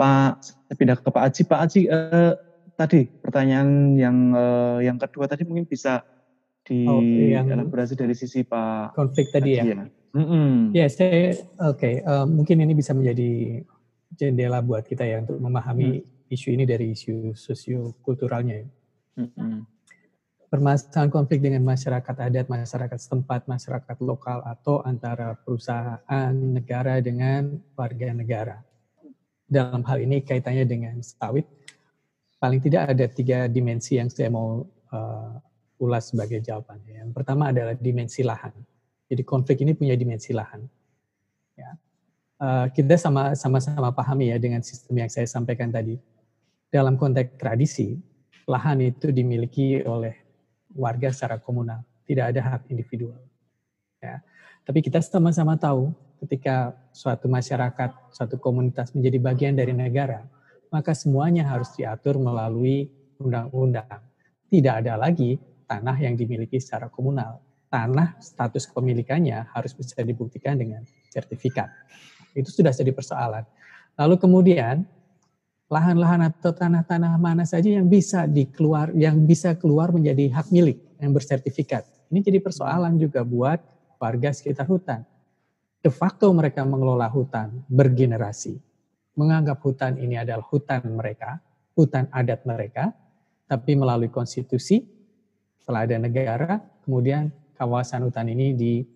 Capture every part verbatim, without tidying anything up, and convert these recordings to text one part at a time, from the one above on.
Pak, saya pindah ke Pak Aji. Pak Aji, eh, tadi pertanyaan yang eh, yang kedua tadi mungkin bisa Oh, yang dielaborasi dari sisi Pak konflik tadi Aji ya. ya. Mm-mm. Ya, saya oke. Okay, uh, mungkin ini bisa menjadi jendela buat kita ya untuk memahami mm. isu ini dari isu sosiokulturalnya. Mm-mm. Permasalahan konflik dengan masyarakat adat, masyarakat setempat, masyarakat lokal, atau antara perusahaan negara dengan warga negara. Dalam hal ini kaitannya dengan sawit, paling tidak ada tiga dimensi yang saya mau uh, ulas sebagai jawabannya. Yang pertama adalah dimensi lahan. Jadi konflik ini punya dimensi lahan. Ya. Uh, kita sama, sama-sama pahami ya dengan sistem yang saya sampaikan tadi. Dalam konteks tradisi, lahan itu dimiliki oleh warga secara komunal, tidak ada hak individual. Ya. Tapi kita sama-sama tahu ketika suatu masyarakat, suatu komunitas menjadi bagian dari negara, maka semuanya harus diatur melalui undang-undang. Tidak ada lagi tanah yang dimiliki secara komunal. Tanah status kepemilikannya harus bisa dibuktikan dengan sertifikat. Itu sudah jadi persoalan. Lalu kemudian lahan-lahan atau tanah-tanah mana saja yang bisa dikeluar, yang bisa keluar menjadi hak milik yang bersertifikat. Ini jadi persoalan juga buat warga sekitar hutan. De facto mereka mengelola hutan bergenerasi, menganggap hutan ini adalah hutan mereka, hutan adat mereka, tapi melalui konstitusi, setelah ada negara, kemudian kawasan hutan ini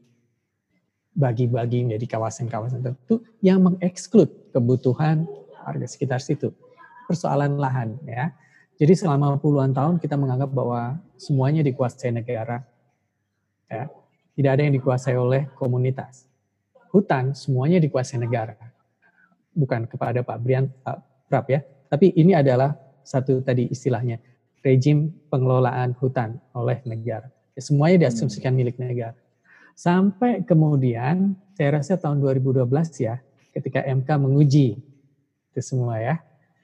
dibagi-bagi menjadi kawasan-kawasan tertentu yang mengeksklud kebutuhan warga sekitar situ. Persoalan lahan ya. Jadi selama puluhan tahun kita menganggap bahwa semuanya dikuasai negara. Ya. Tidak ada yang dikuasai oleh komunitas. Hutan semuanya dikuasai negara. Bukan kepada Pak Brian, Pak Prap ya. Tapi ini adalah satu tadi istilahnya rejim pengelolaan hutan oleh negara. Ya, semuanya diasumsikan milik negara. Sampai kemudian saya rasa tahun dua ribu dua belas ya, ketika M K menguji itu semua ya.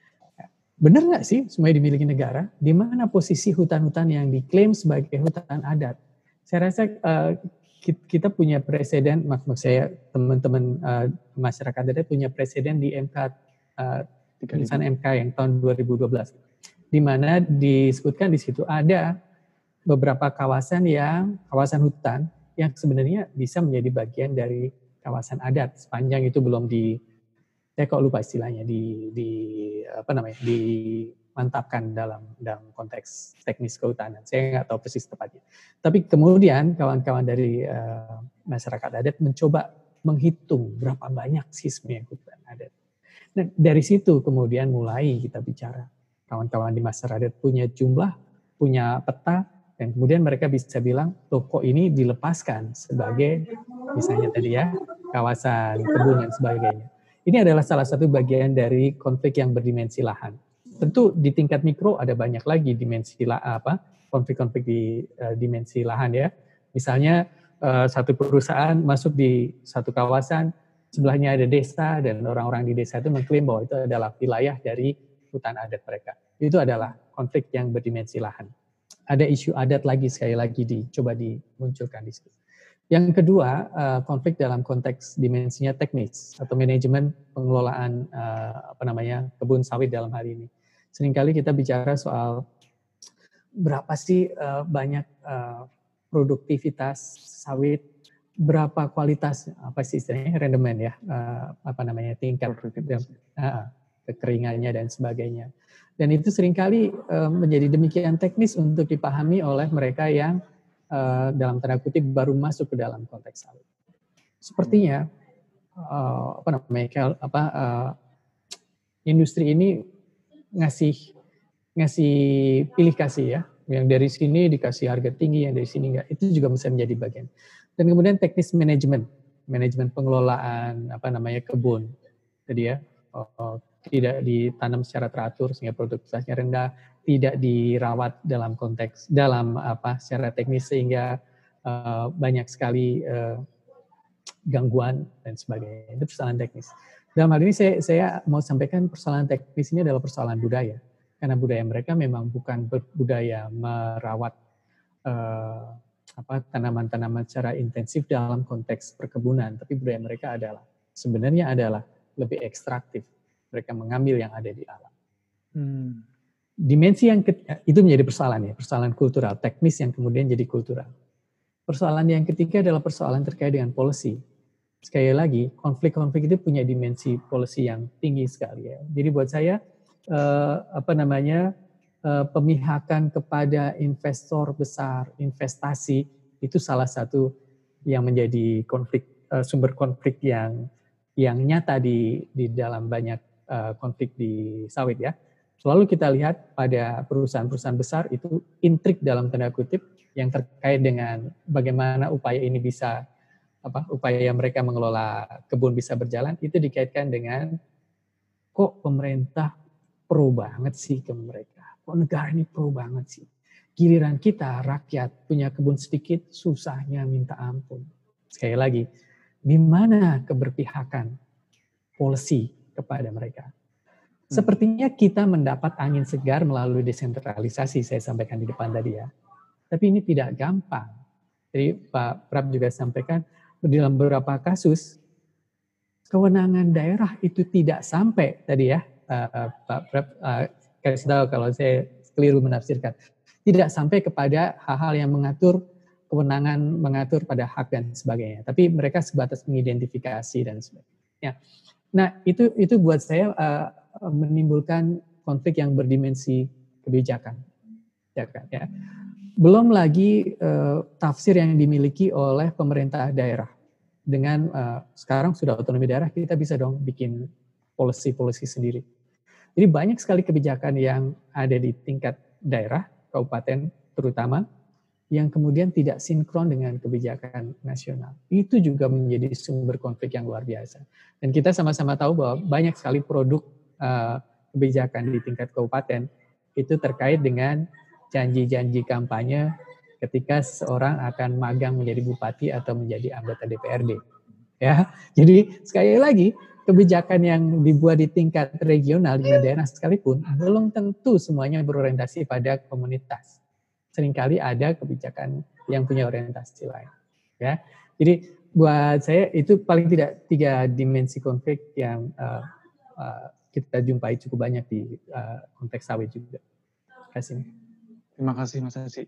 Benar nggak sih semuanya dimiliki negara? Di mana posisi hutan-hutan yang diklaim sebagai hutan adat? Saya rasa uh, kita punya presiden, maksud saya teman-teman uh, masyarakat adat punya presiden di M K, uh, putusan M K yang tahun dua ribu dua belas, di mana disebutkan di situ ada beberapa kawasan yang kawasan hutan yang sebenarnya bisa menjadi bagian dari kawasan adat sepanjang itu belum di saya kok lupa istilahnya di, di apa namanya dimantapkan dalam dalam konteks teknis kehutanan. Saya nggak tahu persis tepatnya. Tapi kemudian kawan-kawan dari uh, masyarakat adat mencoba menghitung berapa banyak sih sebenarnya hutan adat. Nah dari situ kemudian mulai kita bicara. Kawan-kawan di masyarakat adat punya jumlah, punya peta, dan kemudian mereka bisa bilang toko ini dilepaskan sebagai misalnya tadi ya kawasan kebun dan sebagainya. Ini adalah salah satu bagian dari konflik yang berdimensi lahan. Tentu di tingkat mikro ada banyak lagi dimensi apa konflik-konflik di uh, dimensi lahan ya. Misalnya uh, satu perusahaan masuk di satu kawasan, sebelahnya ada desa dan orang-orang di desa itu mengklaim bahwa itu adalah wilayah dari hutan adat mereka. Itu adalah konflik yang berdimensi lahan. Ada isu adat lagi sekali lagi dicoba dimunculkan di situ. Yang kedua, konflik dalam konteks dimensinya teknis atau manajemen pengelolaan apa namanya kebun sawit dalam hal ini. Seringkali kita bicara soal berapa sih banyak produktivitas sawit, berapa kualitas apa sih istilahnya rendemen ya apa namanya tingkat kekeringannya dan sebagainya. Dan itu seringkali menjadi demikian teknis untuk dipahami oleh mereka yang Uh, dalam tanda kutip baru masuk ke dalam konteks sawit. Sepertinya uh, apa namanya apa uh, industri ini ngasih ngasih pilih kasih ya, yang dari sini dikasih harga tinggi, yang dari sini enggak. Itu juga bisa menjadi bagian. Dan kemudian teknis manajemen, manajemen pengelolaan apa namanya kebun, jadi ya uh, tidak ditanam secara teratur sehingga produktivitasnya rendah, tidak dirawat dalam konteks dalam apa secara teknis sehingga uh, banyak sekali uh, gangguan dan sebagainya. Itu persoalan teknis. Dalam hal ini saya, saya mau sampaikan persoalan teknis ini adalah persoalan budaya, karena budaya mereka memang bukan budaya merawat uh, apa tanaman-tanaman secara intensif dalam konteks perkebunan, tapi budaya mereka adalah sebenarnya adalah lebih ekstraktif. mereka mengambil yang ada di alam. Hmm. Dimensi yang ketiga, itu menjadi persoalan ya, persoalan kultural, teknis yang kemudian jadi kultural. Persoalan yang ketiga adalah persoalan terkait dengan policy. Sekali lagi, konflik-konflik itu punya dimensi policy yang tinggi sekali ya. Jadi buat saya, eh, apa namanya, eh, pemihakan kepada investor besar, investasi, itu salah satu yang menjadi konflik, eh, sumber konflik yang yang nyata di di dalam banyak uh, konflik di sawit ya. Selalu kita lihat pada perusahaan-perusahaan besar itu intrik dalam tanda kutip yang terkait dengan bagaimana upaya ini bisa apa upaya mereka mengelola kebun bisa berjalan itu dikaitkan dengan kok pemerintah pro banget sih ke mereka. Kok negara ini pro banget sih. Giliran kita rakyat punya kebun sedikit susahnya minta ampun. Sekali lagi, di mana keberpihakan policy kepada mereka. Sepertinya kita mendapat angin segar melalui desentralisasi, saya sampaikan di depan tadi ya. Tapi ini tidak gampang. Jadi Pak Prab juga sampaikan, dalam beberapa kasus, kewenangan daerah itu tidak sampai, tadi ya, Pak Prab uh, kasih tahu kalau saya keliru menafsirkan, tidak sampai kepada hal-hal yang mengatur kewenangan mengatur pada hak dan sebagainya. Tapi mereka sebatas mengidentifikasi dan sebagainya. Nah, itu itu buat saya uh, menimbulkan konflik yang berdimensi kebijakan. Ya kan, ya. Belum lagi uh, tafsir yang dimiliki oleh pemerintah daerah. Dengan uh, sekarang sudah otonomi daerah, kita bisa dong bikin policy-policy sendiri. Jadi banyak sekali kebijakan yang ada di tingkat daerah, kabupaten terutama, yang kemudian tidak sinkron dengan kebijakan nasional. Itu juga menjadi sumber konflik yang luar biasa. Dan kita sama-sama tahu bahwa banyak sekali produk uh, kebijakan di tingkat kabupaten itu terkait dengan janji-janji kampanye ketika seseorang akan magang menjadi bupati atau menjadi anggota D P R D. Ya, jadi sekali lagi kebijakan yang dibuat di tingkat regional di daerah sekalipun belum tentu semuanya berorientasi pada komunitas. Seringkali ada kebijakan yang punya orientasi lain. Ya, jadi buat saya itu paling tidak tiga dimensi konflik yang uh, uh, kita jumpai cukup banyak di uh, konteks sawit juga. Terima kasih. Terima kasih Mas Haji.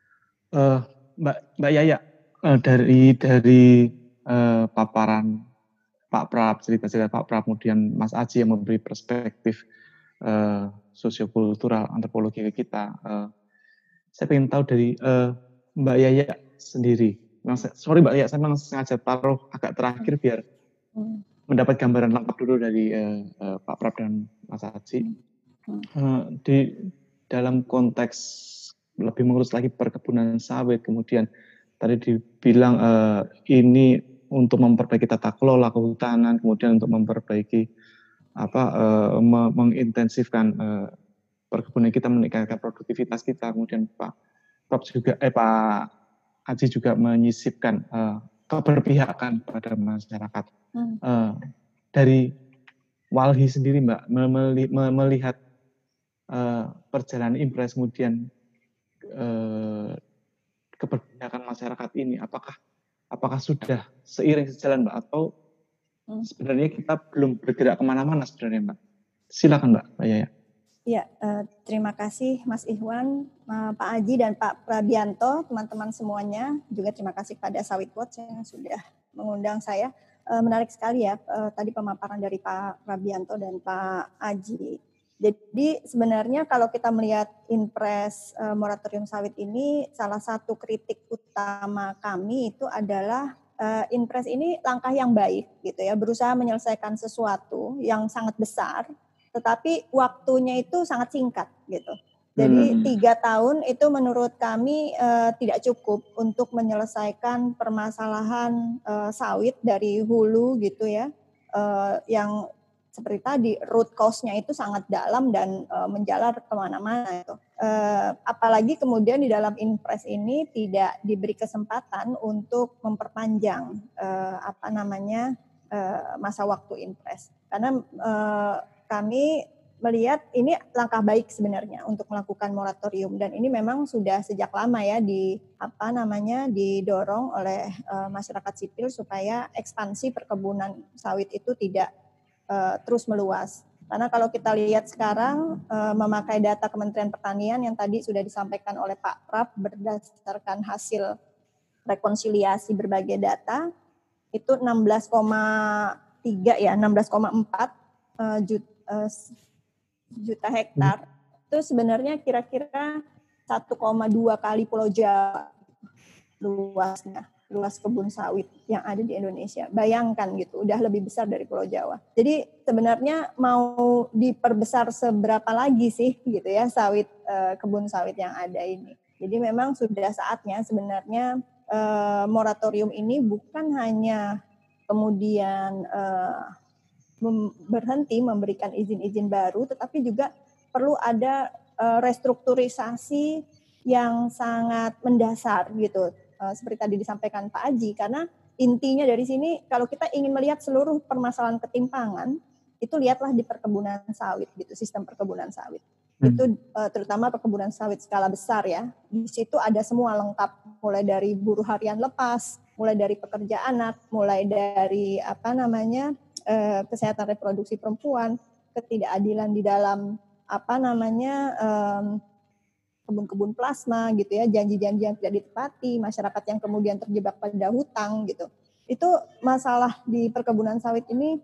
Uh, Mbak Mbak Yaya, uh, dari dari uh, paparan Pak Prab, cerita-cerita Pak Prab, kemudian Mas Aji yang memberi perspektif uh, sosiokultural antropologi ke kita. Uh, saya ingin tahu dari uh, Mbak Yaya sendiri. Memang, sorry Mbak Yaya, saya memang sengaja taruh agak terakhir biar hmm. mendapat gambaran lengkap dulu dari uh, uh, Pak Prab dan Mas Aji. Hmm. Uh, di dalam konteks lebih mengurus lagi perkebunan sawit, kemudian tadi dibilang uh, ini untuk memperbaiki tata kelola kehutanan, kemudian untuk memperbaiki apa uh, mengintensifkan uh, perkebunan kita, meningkatkan produktivitas kita. Kemudian Pak Prof juga eh Pak Aji juga menyisipkan uh, keberpihakan pada masyarakat. Hmm. Uh, dari Walhi sendiri Mbak melihat uh, perjalanan Impres kemudian uh, keberpihakan masyarakat ini, apakah apakah sudah seiring sejalan Mbak atau hmm. sebenarnya kita belum bergerak kemana-mana sebenarnya Mbak? Silakan Mbak, Mbak Yaya. Ya, eh, terima kasih Mas Ikhwan, eh, Pak Aji dan Pak Prabianto, teman-teman semuanya. Juga terima kasih pada Sawit Watch yang sudah mengundang saya. Eh, menarik sekali ya, eh, tadi pemaparan dari Pak Prabianto dan Pak Aji. Jadi sebenarnya kalau kita melihat Impres eh, moratorium sawit ini, salah satu kritik utama kami itu adalah eh, Impres ini langkah yang baik gitu ya, berusaha menyelesaikan sesuatu yang sangat besar, tetapi waktunya itu sangat singkat gitu. Jadi hmm. tiga tahun itu menurut kami uh, tidak cukup untuk menyelesaikan permasalahan uh, sawit dari hulu gitu ya, uh, yang seperti tadi root cause-nya itu sangat dalam dan uh, menjalar kemana-mana itu. Uh, apalagi kemudian di dalam Impres ini tidak diberi kesempatan untuk memperpanjang uh, apa namanya uh, masa waktu Impres, karena uh, kami melihat ini langkah baik sebenarnya untuk melakukan moratorium, dan ini memang sudah sejak lama ya di apa namanya didorong oleh uh, masyarakat sipil supaya ekspansi perkebunan sawit itu tidak uh, terus meluas. Karena kalau kita lihat sekarang uh, memakai data Kementerian Pertanian yang tadi sudah disampaikan oleh Pak Prab berdasarkan hasil rekonsiliasi berbagai data, itu enam belas koma tiga ya, enam belas koma empat uh, juta, uh, juta hektar. Itu sebenarnya kira-kira satu koma dua kali Pulau Jawa luasnya, luas kebun sawit yang ada di Indonesia. Bayangkan gitu, udah lebih besar dari Pulau Jawa. Jadi sebenarnya mau diperbesar seberapa lagi sih gitu ya sawit uh, kebun sawit yang ada ini. Jadi memang sudah saatnya sebenarnya uh, moratorium ini bukan hanya kemudian uh, mem- berhenti memberikan izin-izin baru, tetapi juga perlu ada uh, restrukturisasi yang sangat mendasar gitu. Uh, seperti tadi disampaikan Pak Aji, karena intinya dari sini kalau kita ingin melihat seluruh permasalahan ketimpangan, itu lihatlah di perkebunan sawit gitu, sistem perkebunan sawit. Hmm. Itu uh, terutama perkebunan sawit skala besar ya. Di situ ada semua lengkap, mulai dari buruh harian lepas, mulai dari pekerja anak, mulai dari apa namanya uh, kesehatan reproduksi perempuan, ketidakadilan di dalam apa namanya um, kebun-kebun plasma gitu ya, janji-janji yang tidak ditepati, masyarakat yang kemudian terjebak pada hutang gitu. Itu masalah di perkebunan sawit ini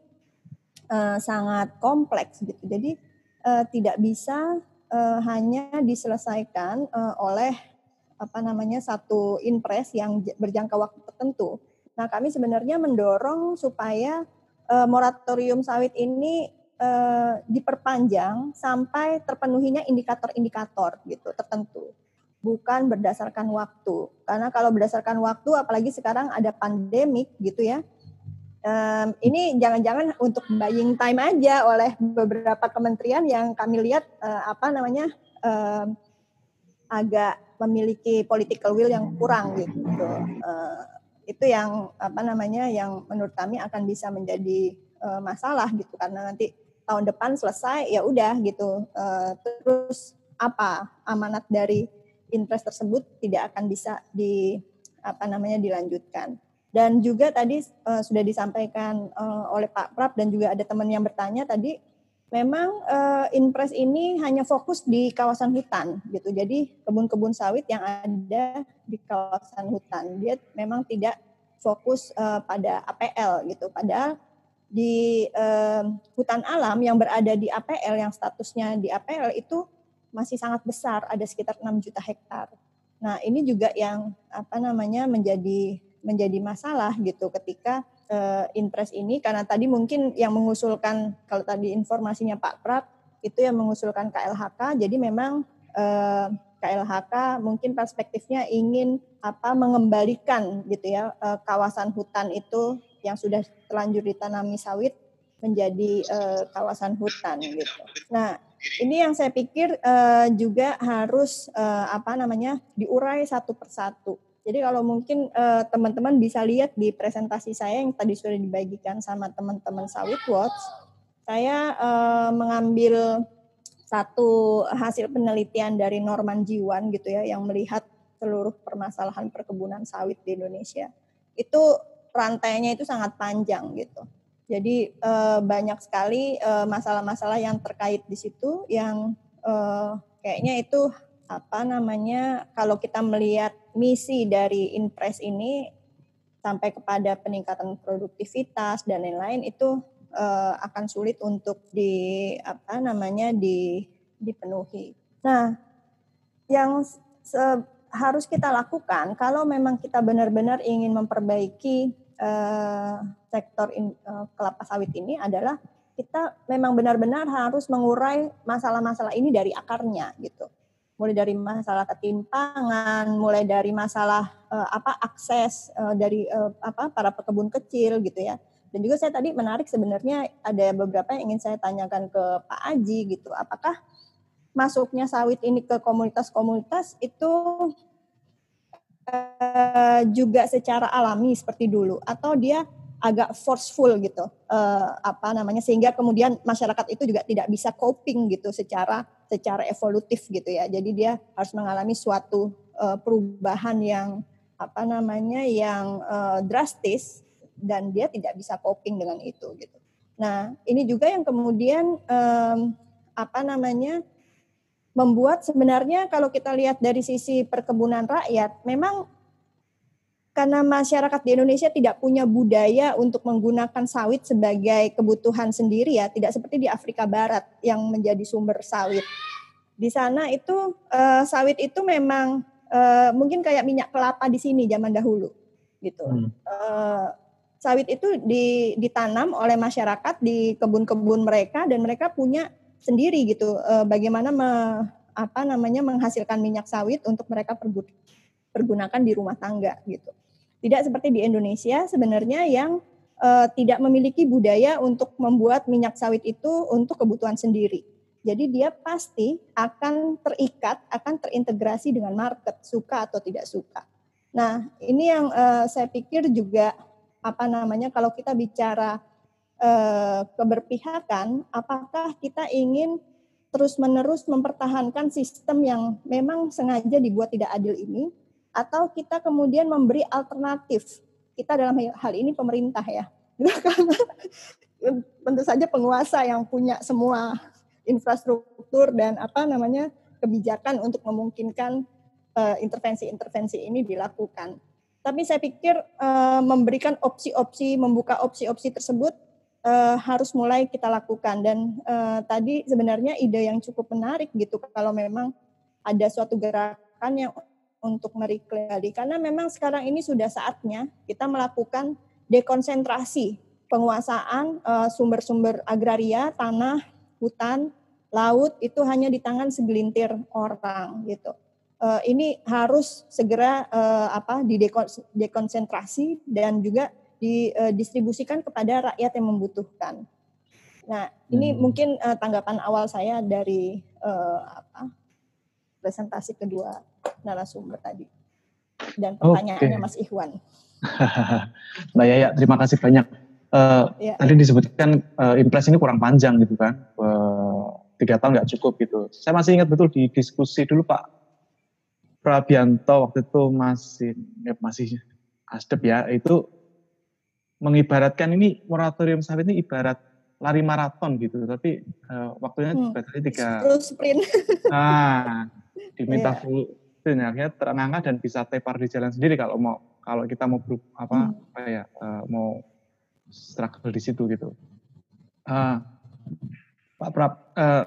uh, sangat kompleks gitu. Jadi uh, tidak bisa uh, hanya diselesaikan uh, oleh apa namanya satu impres yang berjangka waktu tertentu. Nah, kami sebenarnya mendorong supaya uh, moratorium sawit ini Uh, diperpanjang sampai terpenuhinya indikator-indikator gitu tertentu, bukan berdasarkan waktu. Karena kalau berdasarkan waktu, apalagi sekarang ada pandemik gitu ya, um, ini jangan-jangan untuk buying time aja oleh beberapa kementerian yang kami lihat uh, apa namanya um, agak memiliki political will yang kurang gitu. Uh, itu yang apa namanya yang menurut kami akan bisa menjadi uh, masalah gitu, karena nanti tahun depan selesai ya udah gitu, uh, terus apa amanat dari impres tersebut tidak akan bisa di apa namanya dilanjutkan. Dan juga tadi uh, sudah disampaikan uh, oleh Pak Prab dan juga ada teman yang bertanya tadi, memang uh, impres ini hanya fokus di kawasan hutan gitu. Jadi kebun-kebun sawit yang ada di kawasan hutan dia memang tidak fokus uh, pada A P L gitu. Padahal di eh, hutan alam yang berada di A P L, yang statusnya di A P L itu masih sangat besar, ada sekitar enam juta hektar. Nah, ini juga yang apa namanya menjadi menjadi masalah gitu ketika eh, impres ini, karena tadi mungkin yang mengusulkan, kalau tadi informasinya Pak Prab itu yang mengusulkan K L H K, jadi memang eh, K L H K mungkin perspektifnya ingin apa mengembalikan gitu ya eh, kawasan hutan itu yang sudah terlanjur ditanami sawit menjadi uh, kawasan hutan gitu. Nah, ini yang saya pikir uh, juga harus uh, apa namanya diurai satu persatu. Jadi kalau mungkin uh, teman-teman bisa lihat di presentasi saya yang tadi sudah dibagikan sama teman-teman Sawit Watch, saya uh, mengambil satu hasil penelitian dari Norman Jiwan gitu ya, yang melihat seluruh permasalahan perkebunan sawit di Indonesia. Itu rantainya itu sangat panjang gitu. Jadi eh, banyak sekali eh, masalah-masalah yang terkait di situ yang eh, kayaknya itu apa namanya kalau kita melihat misi dari impres ini sampai kepada peningkatan produktivitas dan lain-lain itu eh, akan sulit untuk di apa namanya di dipenuhi. Nah, yang se- harus kita lakukan kalau memang kita benar-benar ingin memperbaiki uh, sektor in, uh, kelapa sawit ini adalah kita memang benar-benar harus mengurai masalah-masalah ini dari akarnya gitu. Mulai dari masalah ketimpangan, mulai dari masalah uh, apa akses uh, dari uh, apa para pekebun kecil gitu ya. Dan juga saya tadi menarik sebenarnya ada beberapa yang ingin saya tanyakan ke Pak Aji gitu. Apakah masuknya sawit ini ke komunitas-komunitas itu uh, juga secara alami seperti dulu atau dia agak forceful gitu uh, apa namanya sehingga kemudian masyarakat itu juga tidak bisa coping gitu secara secara evolutif gitu ya. Jadi dia harus mengalami suatu uh, perubahan yang apa namanya yang uh, drastis dan dia tidak bisa coping dengan itu gitu. Nah, ini juga yang kemudian um, apa namanya membuat sebenarnya kalau kita lihat dari sisi perkebunan rakyat, memang karena masyarakat di Indonesia tidak punya budaya untuk menggunakan sawit sebagai kebutuhan sendiri ya, tidak seperti di Afrika Barat yang menjadi sumber sawit. Di sana itu uh, sawit itu memang uh, mungkin kayak minyak kelapa di sini zaman dahulu, gitu. Hmm. Uh, sawit itu ditanam oleh masyarakat di kebun-kebun mereka dan mereka punya sendiri gitu uh, bagaimana me, apa namanya menghasilkan minyak sawit untuk mereka pergunakan di rumah tangga gitu. Tidak seperti di Indonesia sebenarnya yang uh, tidak memiliki budaya untuk membuat minyak sawit itu untuk kebutuhan sendiri. Jadi dia pasti akan terikat, akan terintegrasi dengan market, suka atau tidak suka. Nah, ini yang uh, saya pikir juga apa namanya kalau kita bicara uh, keberpihakan, apakah kita ingin terus-menerus mempertahankan sistem yang memang sengaja dibuat tidak adil ini, atau kita kemudian memberi alternatif. Kita dalam hal ini pemerintah ya. Karena tentu saja penguasa yang punya semua infrastruktur dan apa namanya kebijakan untuk memungkinkan uh, intervensi-intervensi ini dilakukan. Tapi saya pikir uh, memberikan opsi-opsi, membuka opsi-opsi tersebut uh, harus mulai kita lakukan. Dan uh, tadi sebenarnya ide yang cukup menarik gitu kalau memang ada suatu gerakan yang untuk mereklari, karena memang sekarang ini sudah saatnya kita melakukan dekonsentrasi penguasaan uh, sumber-sumber agraria, tanah, hutan, laut itu hanya di tangan segelintir orang gitu. Uh, ini harus segera uh, apa didekonsentrasi dan juga didistribusikan kepada rakyat yang membutuhkan. Nah, ini hmm. mungkin uh, tanggapan awal saya dari uh, apa presentasi kedua narasumber tadi dan pertanyaannya okay. Mas Ikhwan. Mbak Yaya, terima kasih banyak. Uh, ya, tadi ya. disebutkan uh, impres ini kurang panjang gitu kan, uh, tiga tahun nggak cukup gitu. Saya masih ingat betul di diskusi dulu Pak Prabianto waktu itu masih ya masih Asdep ya, itu mengibaratkan ini moratorium sawit ini ibarat lari maraton gitu, tapi uh, waktunya hmm. dibatasi tiga. Terus sprint. Nah, diminta yeah. full sprint akhirnya terengah dan bisa tepar di jalan sendiri kalau mau kalau kita mau ber, apa hmm. apa ya uh, mau struggle di situ gitu. Uh, Pak Prab, uh,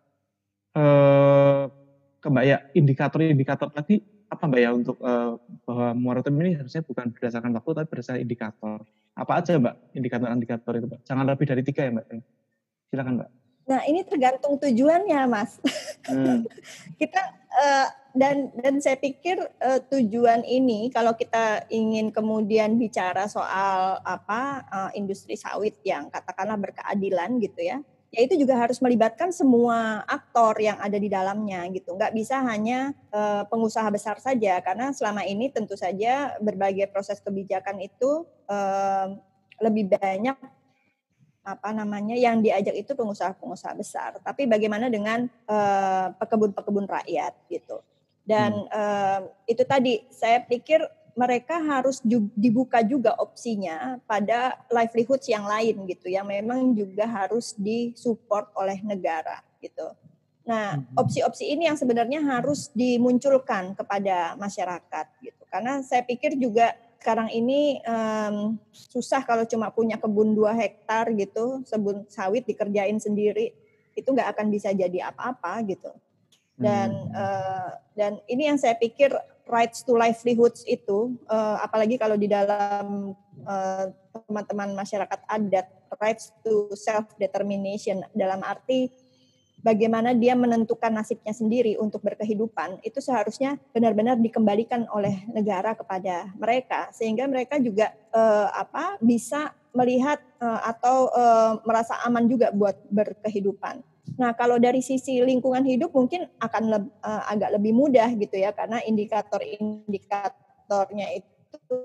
uh, ke Mbak ya, indikator-indikator tadi apa Mbak ya untuk uh, bahwa moratorium ini harusnya bukan berdasarkan waktu tapi berdasarkan indikator. Apa aja Mbak indikator-indikator itu Mbak? Jangan lebih dari tiga ya Mbak. Silakan Mbak. Nah ini tergantung tujuannya Mas. Hmm. kita uh, dan dan saya pikir uh, tujuan ini kalau kita ingin kemudian bicara soal apa uh, industri sawit yang katakanlah berkeadilan gitu ya, ya itu juga harus melibatkan semua aktor yang ada di dalamnya gitu. Nggak bisa hanya uh, pengusaha besar saja karena selama ini tentu saja berbagai proses kebijakan itu uh, lebih banyak apa namanya yang diajak itu pengusaha-pengusaha besar. Tapi bagaimana dengan uh, pekebun-pekebun rakyat gitu. Dan hmm. uh, itu tadi saya pikir mereka harus ju- dibuka juga opsinya pada livelihoods yang lain gitu yang memang juga harus disupport oleh negara gitu. Nah, opsi-opsi ini yang sebenarnya harus dimunculkan kepada masyarakat gitu. Karena saya pikir juga sekarang ini um, susah kalau cuma punya kebun dua hektar gitu, kebun sawit dikerjain sendiri, itu nggak akan bisa jadi apa-apa gitu. Dan hmm. uh, dan ini yang saya pikir rights to livelihoods itu, uh, apalagi kalau di dalam uh, teman-teman masyarakat adat, rights to self-determination dalam arti bagaimana dia menentukan nasibnya sendiri untuk berkehidupan, itu seharusnya benar-benar dikembalikan oleh negara kepada mereka sehingga mereka juga eh, apa bisa melihat eh, atau eh, merasa aman juga buat berkehidupan. Nah, kalau dari sisi lingkungan hidup mungkin akan le- eh, agak lebih mudah gitu ya karena indikator-indikatornya itu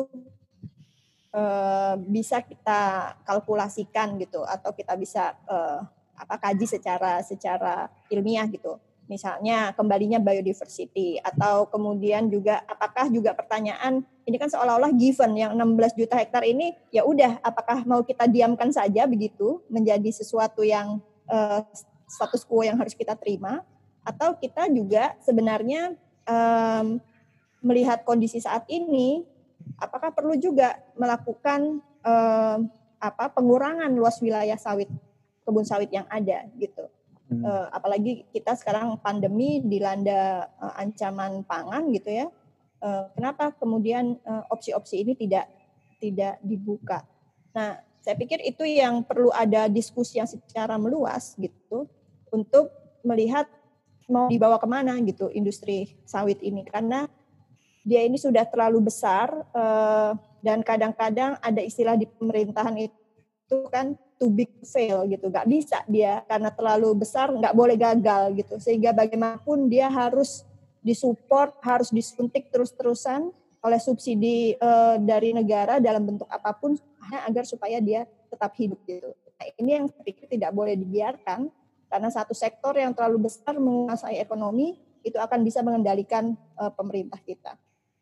eh, bisa kita kalkulasikan gitu atau kita bisa eh, apa kaji secara secara ilmiah gitu. Misalnya kembalinya biodiversity, atau kemudian juga apakah juga pertanyaan ini kan seolah-olah given yang enam belas juta hektar ini ya udah apakah mau kita diamkan saja begitu menjadi sesuatu yang uh, status quo yang harus kita terima, atau kita juga sebenarnya um, melihat kondisi saat ini apakah perlu juga melakukan um, apa pengurangan luas wilayah sawit kebun sawit yang ada gitu. Hmm. Uh, apalagi kita sekarang pandemi dilanda uh, ancaman pangan gitu ya. Uh, kenapa kemudian uh, opsi-opsi ini tidak tidak dibuka? Nah, saya pikir itu yang perlu ada diskusi yang secara meluas gitu untuk melihat mau dibawa kemana gitu industri sawit ini, karena dia ini sudah terlalu besar uh, dan kadang-kadang ada istilah di pemerintahan itu kan too big to fail gitu, nggak bisa dia karena terlalu besar nggak boleh gagal gitu, sehingga bagaimanapun dia harus disupport, harus disuntik terus-terusan oleh subsidi uh, dari negara dalam bentuk apapun agar supaya dia tetap hidup gitu. Nah, ini yang saya pikir tidak boleh dibiarkan karena satu sektor yang terlalu besar menguasai ekonomi itu akan bisa mengendalikan uh, pemerintah kita.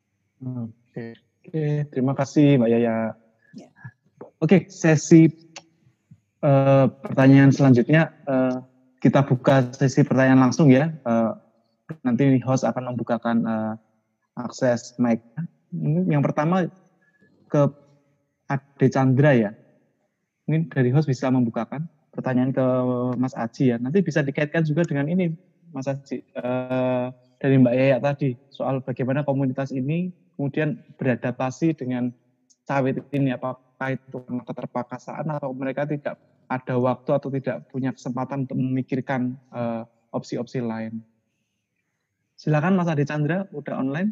Oke, oke, terima kasih Mbak Yaya. Ya. Oke, sesi Uh, pertanyaan selanjutnya uh, kita buka sesi pertanyaan langsung ya. Uh, nanti host akan membukakan uh, akses mic. Yang pertama ke Ade Chandra ya. Mungkin dari host bisa membukakan pertanyaan ke Mas Aji ya. Nanti bisa dikaitkan juga dengan ini Mas Aji uh, dari Mbak Yaya tadi soal bagaimana komunitas ini kemudian beradaptasi dengan sawit ini, apakah itu keterpaksaan atau mereka tidak ada waktu atau tidak punya kesempatan untuk memikirkan uh, opsi-opsi lain. Silakan Mas Ade Chandra, udah online?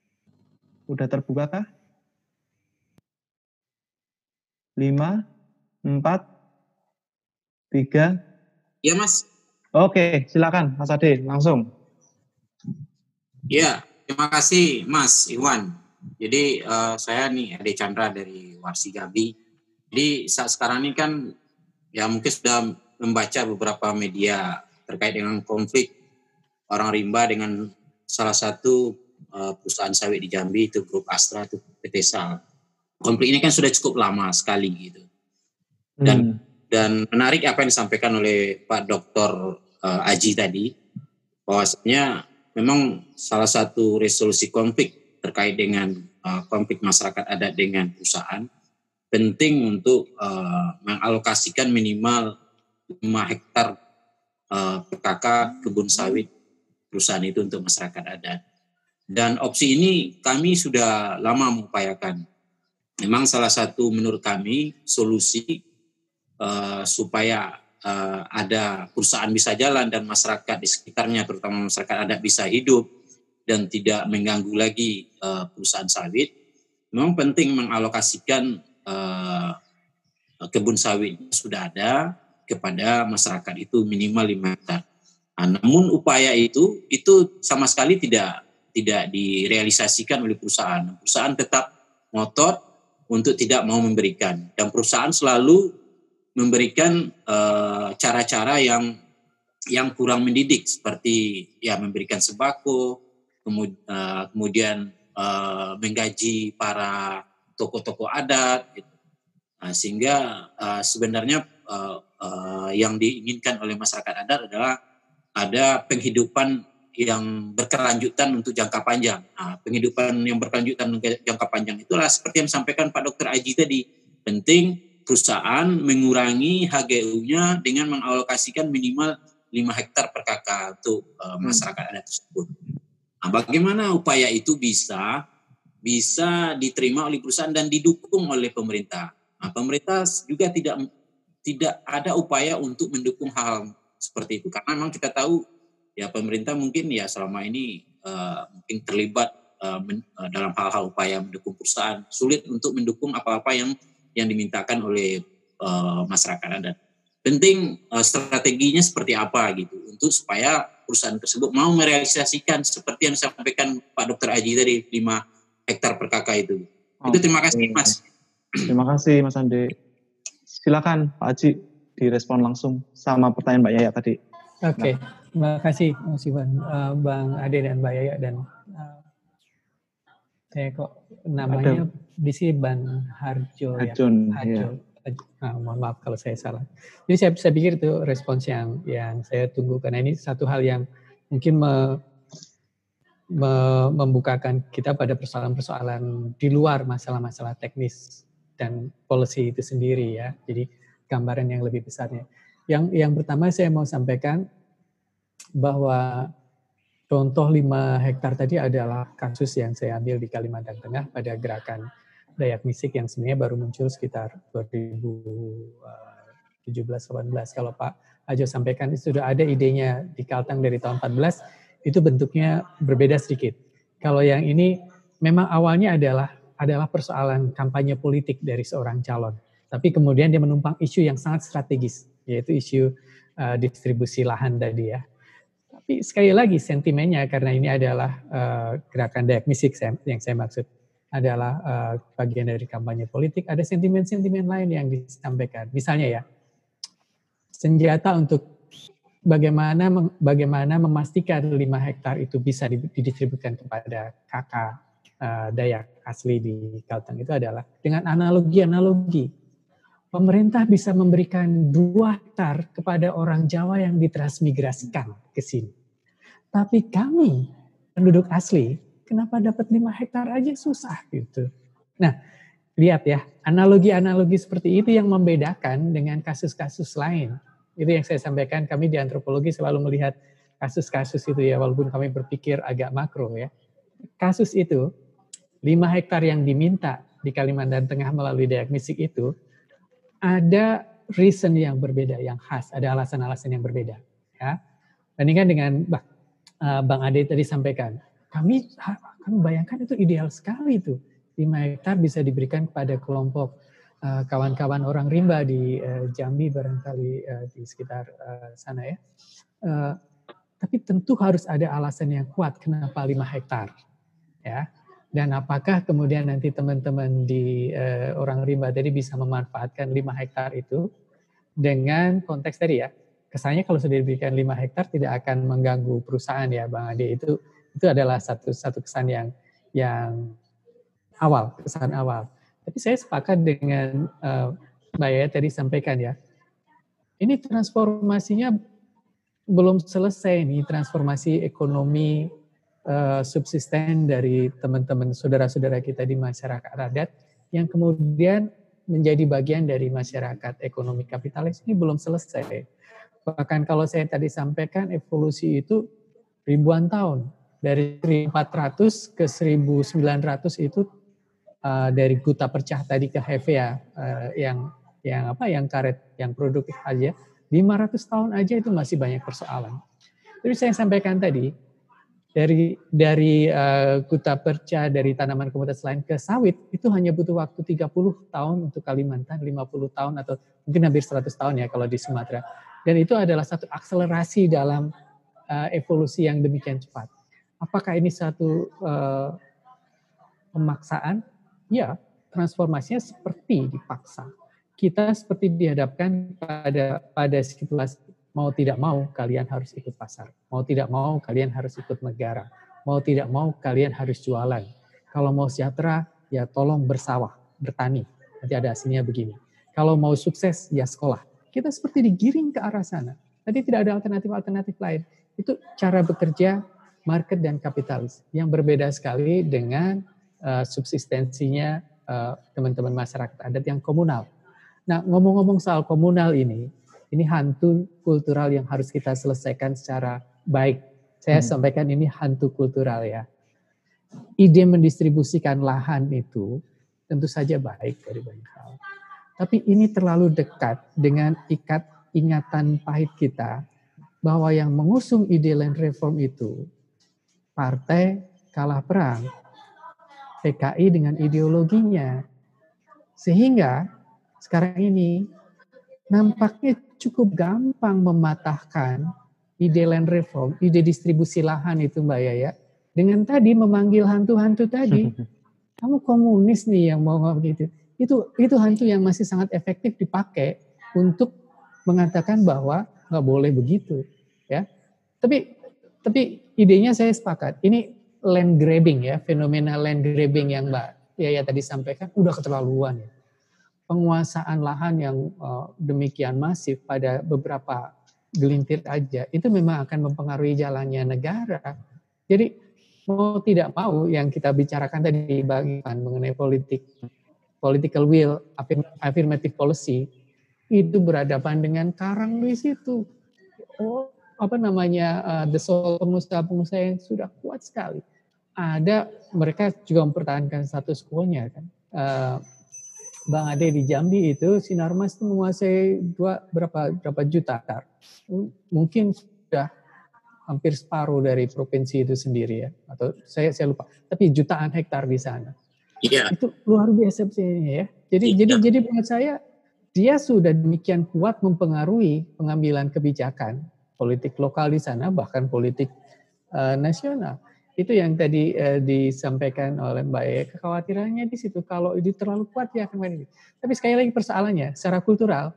Udah terbuka kah? Lima, empat, tiga. Iya Mas. Oke, silakan Mas Ade, langsung. Ya, terima kasih Mas Iwan. Jadi uh, saya nih Ade Chandra dari Warsi Gabi. Jadi saat sekarang ini kan ya mungkin sudah membaca beberapa media terkait dengan konflik orang rimba dengan salah satu uh, perusahaan sawit di Jambi, itu Grup Astra, itu P T Sal. Konflik ini kan sudah cukup lama sekali gitu. Dan hmm. dan menarik apa yang disampaikan oleh Pak Doktor uh, Aji tadi, bahwasanya memang salah satu resolusi konflik terkait dengan uh, konflik masyarakat adat dengan perusahaan penting untuk uh, mengalokasikan minimal lima hektar uh, P K K kebun sawit perusahaan itu untuk masyarakat adat. Dan opsi ini kami sudah lama mengupayakan. Memang salah satu menurut kami solusi uh, supaya uh, ada perusahaan bisa jalan dan masyarakat di sekitarnya terutama masyarakat adat bisa hidup dan tidak mengganggu lagi uh, perusahaan sawit, memang penting mengalokasikan uh, kebun sawit sudah ada kepada masyarakat itu minimal lima hektar. Nah, namun upaya itu itu sama sekali tidak tidak direalisasikan oleh perusahaan. Perusahaan tetap ngotot untuk tidak mau memberikan, dan perusahaan selalu memberikan uh, cara-cara yang yang kurang mendidik seperti ya memberikan sembako, kemud, uh, kemudian uh, menggaji para tokoh-tokoh adat, gitu. Nah, sehingga uh, sebenarnya uh, uh, yang diinginkan oleh masyarakat adat adalah ada penghidupan yang berkelanjutan untuk jangka panjang. Nah, penghidupan yang berkelanjutan untuk jangka panjang itulah seperti yang disampaikan Pak Dokter Aji tadi. Penting perusahaan mengurangi H G U-nya dengan mengalokasikan minimal lima hektar per kakak untuk uh, masyarakat adat tersebut. Nah, bagaimana upaya itu bisa bisa diterima oleh perusahaan dan didukung oleh pemerintah? Nah, pemerintah juga tidak tidak ada upaya untuk mendukung hal seperti itu, karena memang kita tahu ya pemerintah mungkin ya selama ini uh, mungkin terlibat uh, men, uh, dalam hal-hal upaya mendukung perusahaan, sulit untuk mendukung apa-apa yang yang dimintakan oleh uh, masyarakat adat. Penting uh, strateginya seperti apa gitu untuk supaya perusahaan tersebut mau merealisasikan seperti yang disampaikan Pak Dokter Aji tadi lima hektar per kakak itu. Oh, itu terima kasih Mas. Terima kasih Mas Ande. Silakan Pak Aji direspon langsung sama pertanyaan Mbak Yaya tadi. Oke, terima kasih Mas Iwan, uh, Bang Ade dan Mbak Yaya, dan uh, saya kok namanya Ada di sini Bang Harjo ya. Hajun, Harjo. ya. Ah, mohon maaf kalau saya salah. Jadi saya, saya pikir itu respons yang yang saya tunggu, karena ini satu hal yang mungkin me, me, membukakan kita pada persoalan-persoalan di luar masalah-masalah teknis dan policy itu sendiri ya. Jadi gambaran yang lebih besarnya. Yang yang pertama saya mau sampaikan bahwa contoh lima hektar tadi adalah kasus yang saya ambil di Kalimantan Tengah pada gerakan Dayak Misik yang sebenarnya baru muncul sekitar dua ribu tujuh belas delapan belas. Kalau Pak Ajo sampaikan itu sudah ada idenya di Kalteng dari tahun empat belas, itu bentuknya berbeda sedikit. Kalau yang ini memang awalnya adalah adalah persoalan kampanye politik dari seorang calon. Tapi kemudian dia menumpang isu yang sangat strategis, yaitu isu uh, distribusi lahan tadi ya. Tapi sekali lagi sentimennya, karena ini adalah uh, gerakan Dayak Misik yang saya maksud, adalah uh, bagian dari kampanye politik, ada sentimen-sentimen lain yang disampaikan. Misalnya ya, senjata untuk bagaimana bagaimana memastikan lima hektar itu bisa didistribusikan kepada kakak uh, Dayak asli di Kalteng itu adalah dengan analogi-analogi. Pemerintah bisa memberikan dua hektar kepada orang Jawa yang ditransmigrasikan ke sini. Tapi kami, penduduk asli, kenapa dapat lima hektar aja susah gitu. Nah, lihat ya, analogi-analogi seperti itu yang membedakan dengan kasus-kasus lain. Itu yang saya sampaikan, kami di antropologi selalu melihat kasus-kasus itu ya, walaupun kami berpikir agak makro ya. Kasus itu, lima hektar yang diminta di Kalimantan Tengah melalui Dayak Misik itu, ada reason yang berbeda, yang khas, ada alasan-alasan yang berbeda. Ya. Bandingkan dengan uh, Bang Ade tadi sampaikan, kami, kami bayangkan itu ideal sekali itu, lima hektar bisa diberikan kepada kelompok uh, kawan-kawan orang rimba di uh, Jambi barangkali uh, di sekitar uh, sana ya. Uh, tapi tentu harus ada alasan yang kuat kenapa lima hektar, ya. Dan apakah kemudian nanti teman-teman di uh, orang rimba tadi bisa memanfaatkan lima hektar itu dengan konteks tadi ya. Kesannya kalau sudah diberikan lima hektar tidak akan mengganggu perusahaan ya Bang Ade. Itu itu adalah satu satu kesan yang yang awal, kesan awal. Tapi saya sepakat dengan uh, Mbak Yaya tadi sampaikan ya. Ini transformasinya belum selesai nih, transformasi ekonomi Uh, subsisten dari teman-teman saudara-saudara kita di masyarakat adat yang kemudian menjadi bagian dari masyarakat ekonomi kapitalis ini belum selesai. Bahkan kalau saya tadi sampaikan evolusi itu ribuan tahun. Dari seribu empat ratus ke seribu sembilan ratus itu uh, dari Guta Percah tadi ke Hevea uh, yang yang apa yang karet yang produktif aja lima ratus tahun aja itu masih banyak persoalan. Jadi saya sampaikan tadi dari dari uh, Guta Perca, dari tanaman komoditas lain ke sawit itu hanya butuh waktu tiga puluh tahun untuk Kalimantan, lima puluh tahun atau mungkin hampir seratus tahun ya kalau di Sumatera. Dan itu adalah satu akselerasi dalam uh, evolusi yang demikian cepat. Apakah ini satu uh, pemaksaan? Ya, transformasinya seperti dipaksa. Kita seperti dihadapkan pada pada situasi mau tidak mau kalian harus ikut pasar. Mau tidak mau kalian harus ikut negara. Mau tidak mau kalian harus jualan. Kalau mau sejahtera, ya tolong bersawah, bertani. Nanti ada hasilnya begini. Kalau mau sukses, ya sekolah. Kita seperti digiring ke arah sana. Tadi tidak ada alternatif-alternatif lain. Itu cara bekerja market dan kapitalis. Yang berbeda sekali dengan uh, subsistensinya uh, teman-teman masyarakat adat yang komunal. Nah, ngomong-ngomong soal komunal ini, ini hantu kultural yang harus kita selesaikan secara baik. Saya hmm. sampaikan ini hantu kultural ya. Ide mendistribusikan lahan itu tentu saja baik dari banyak hal. Tapi ini terlalu dekat dengan ikat ingatan pahit kita bahwa yang mengusung ide land reform itu partai kalah perang. P K I dengan ideologinya. Sehingga sekarang ini nampaknya cukup gampang mematahkan ide land reform, ide distribusi lahan itu Mbak Yaya, dengan tadi memanggil hantu-hantu tadi. Kamu komunis nih yang mau begitu. Itu itu hantu yang masih sangat efektif dipakai untuk mengatakan bahwa nggak boleh begitu. ya. Tapi tapi idenya saya sepakat. Ini land grabbing ya, fenomena land grabbing yang Mbak Yaya tadi sampaikan udah keterlaluan ya. Penguasaan lahan yang uh, demikian masif pada beberapa gelintir aja itu memang akan mempengaruhi jalannya negara. Jadi mau tidak mau yang kita bicarakan tadi bagian mengenai politik, political will, affirmative policy itu berhadapan dengan karang di situ. Oh, apa namanya uh, the soul pengusaha-pengusaha yang sudah kuat sekali. Ada mereka juga mempertahankan status quo-nya kan. Uh, Bang Ade di Jambi itu Sinarmas itu menguasai dua berapa berapa juta hektar. Mungkin sudah hampir separuh dari provinsi itu sendiri ya, atau saya saya lupa. Tapi jutaan hektar di sana. Iya. Itu luar biasa ya. Jadi Iya. jadi jadi menurut saya dia sudah demikian kuat mempengaruhi pengambilan kebijakan politik lokal di sana, bahkan politik uh, nasional. Itu yang tadi uh, disampaikan oleh Mbak Yaya, kekhawatirannya di situ. Kalau ini terlalu kuat ya akan begini. Tapi sekali lagi persoalannya, secara kultural,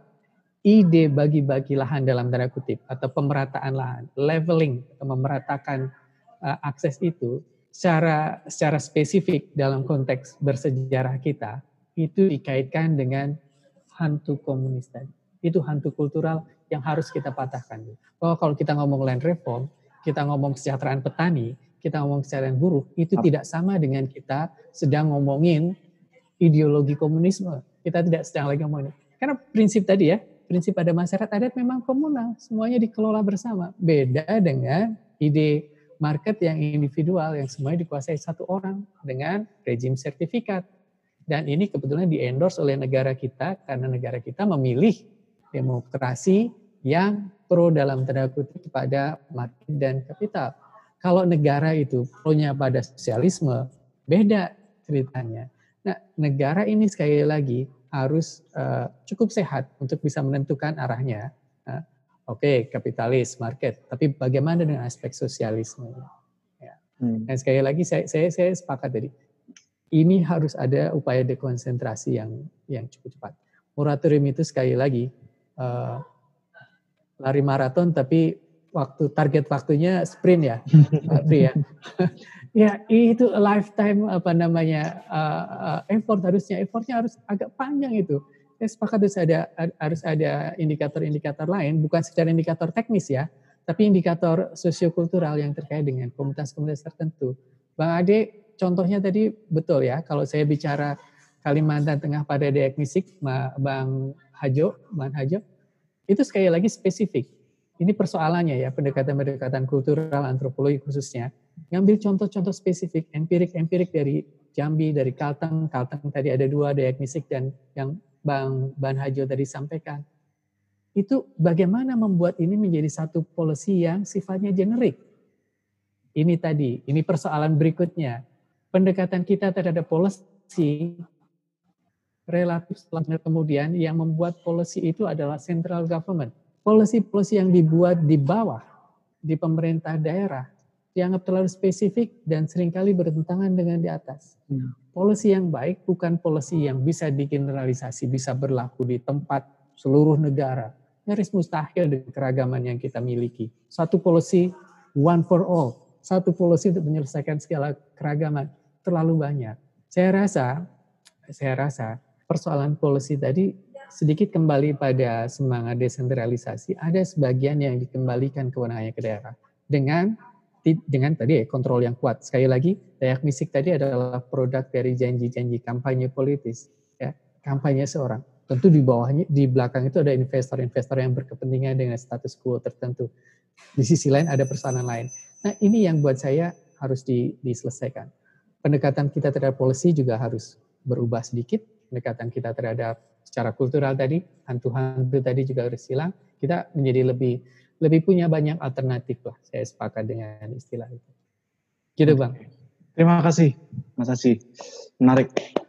ide bagi-bagi lahan dalam tanda kutip atau pemerataan lahan, leveling atau memeratakan uh, akses itu, secara secara spesifik dalam konteks bersejarah kita itu dikaitkan dengan hantu komunis tadi. Itu hantu kultural yang harus kita patahkan. Bahwa kalau kita ngomong land reform, kita ngomong kesejahteraan petani, kita ngomong kesejahteraan buruh, itu tidak sama dengan kita sedang ngomongin ideologi komunisme. Kita tidak sedang lagi ngomongin. Karena prinsip tadi ya, prinsip pada masyarakat adat memang komunal, semuanya dikelola bersama. Beda dengan ide market yang individual, yang semuanya dikuasai satu orang dengan rejim sertifikat. Dan ini kebetulan di-endorse oleh negara kita, karena negara kita memilih demokrasi yang pro dalam tanda kutip kepada market dan kapital. Kalau negara itu pro-nya pada sosialisme, beda ceritanya. Nah, negara ini sekali lagi harus uh, cukup sehat untuk bisa menentukan arahnya. Nah, Oke, okay, kapitalis, market, tapi bagaimana dengan aspek sosialisme? Ya. Hmm. Dan sekali lagi saya, saya, saya sepakat tadi, ini harus ada upaya dekonsentrasi yang yang cukup cepat. Moratorium itu sekali lagi uh, lari maraton, tapi waktu target waktunya sprint ya, Pak Pri ya. Ya itu lifetime apa namanya uh, uh, effort harusnya effortnya harus agak panjang itu. Saya sepakat harus ada harus ada indikator-indikator lain, bukan secara indikator teknis ya, tapi indikator sosiokultural yang terkait dengan komunitas-komunitas tertentu. Bang Ade, contohnya tadi betul ya. Kalau saya bicara Kalimantan Tengah pada diagnostik, Bang Hajo, Bang Hajo, itu sekali lagi spesifik. Ini persoalannya ya, pendekatan-pendekatan kultural, antropologi khususnya. Ngambil contoh-contoh spesifik, empirik-empirik dari Jambi, dari Kalteng. Kalteng tadi ada dua, diagnostik dan yang Bang Ban Hajo tadi sampaikan. Itu bagaimana membuat ini menjadi satu policy yang sifatnya generik. Ini tadi, ini persoalan berikutnya. Pendekatan kita terhadap policy relatif setelah kemudian yang membuat policy itu adalah central government. Policy-policy yang dibuat di bawah, di pemerintah daerah, dianggap terlalu spesifik dan seringkali bertentangan dengan di atas. Hmm. Policy yang baik bukan policy yang bisa digeneralisasi, bisa berlaku di tempat seluruh negara. Nyaris mustahil dengan keragaman yang kita miliki. Satu policy, one for all. Satu policy untuk menyelesaikan segala keragaman. Terlalu banyak. Saya rasa, saya rasa persoalan policy tadi sedikit kembali pada semangat desentralisasi, ada sebagian yang dikembalikan kewenangannya ke daerah dengan dengan tadi ya, kontrol yang kuat. Sekali lagi, Dayak Misik tadi adalah produk dari janji-janji kampanye politis, ya, kampanye seorang. Tentu di bawahnya, di belakang itu ada investor-investor yang berkepentingan dengan status quo tertentu. Di sisi lain ada persoalan lain. Nah, ini yang buat saya harus di, diselesaikan. Pendekatan kita terhadap policy juga harus berubah sedikit. Pendekatan kita terhadap secara kultural tadi, hantu-hantu tadi juga harus hilang. Kita menjadi lebih lebih punya banyak alternatif lah. Saya sepakat dengan istilah itu. Gitu Bang. Terima kasih Mas Haji. Menarik.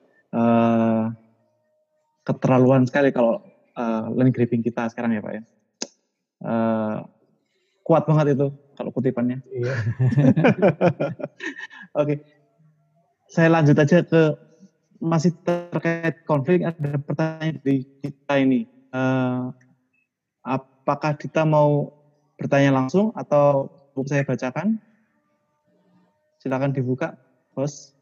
Uh, keterlaluan sekali kalau uh, land grabbing kita sekarang ya Pak ya. Uh, kuat banget itu kalau kutipannya. Iya. Oke. Okay. Saya lanjut aja ke masih terkait konflik, ada pertanyaan dari kita ini. Uh, apakah kita mau bertanya langsung atau buku saya bacakan? Silakan dibuka, host.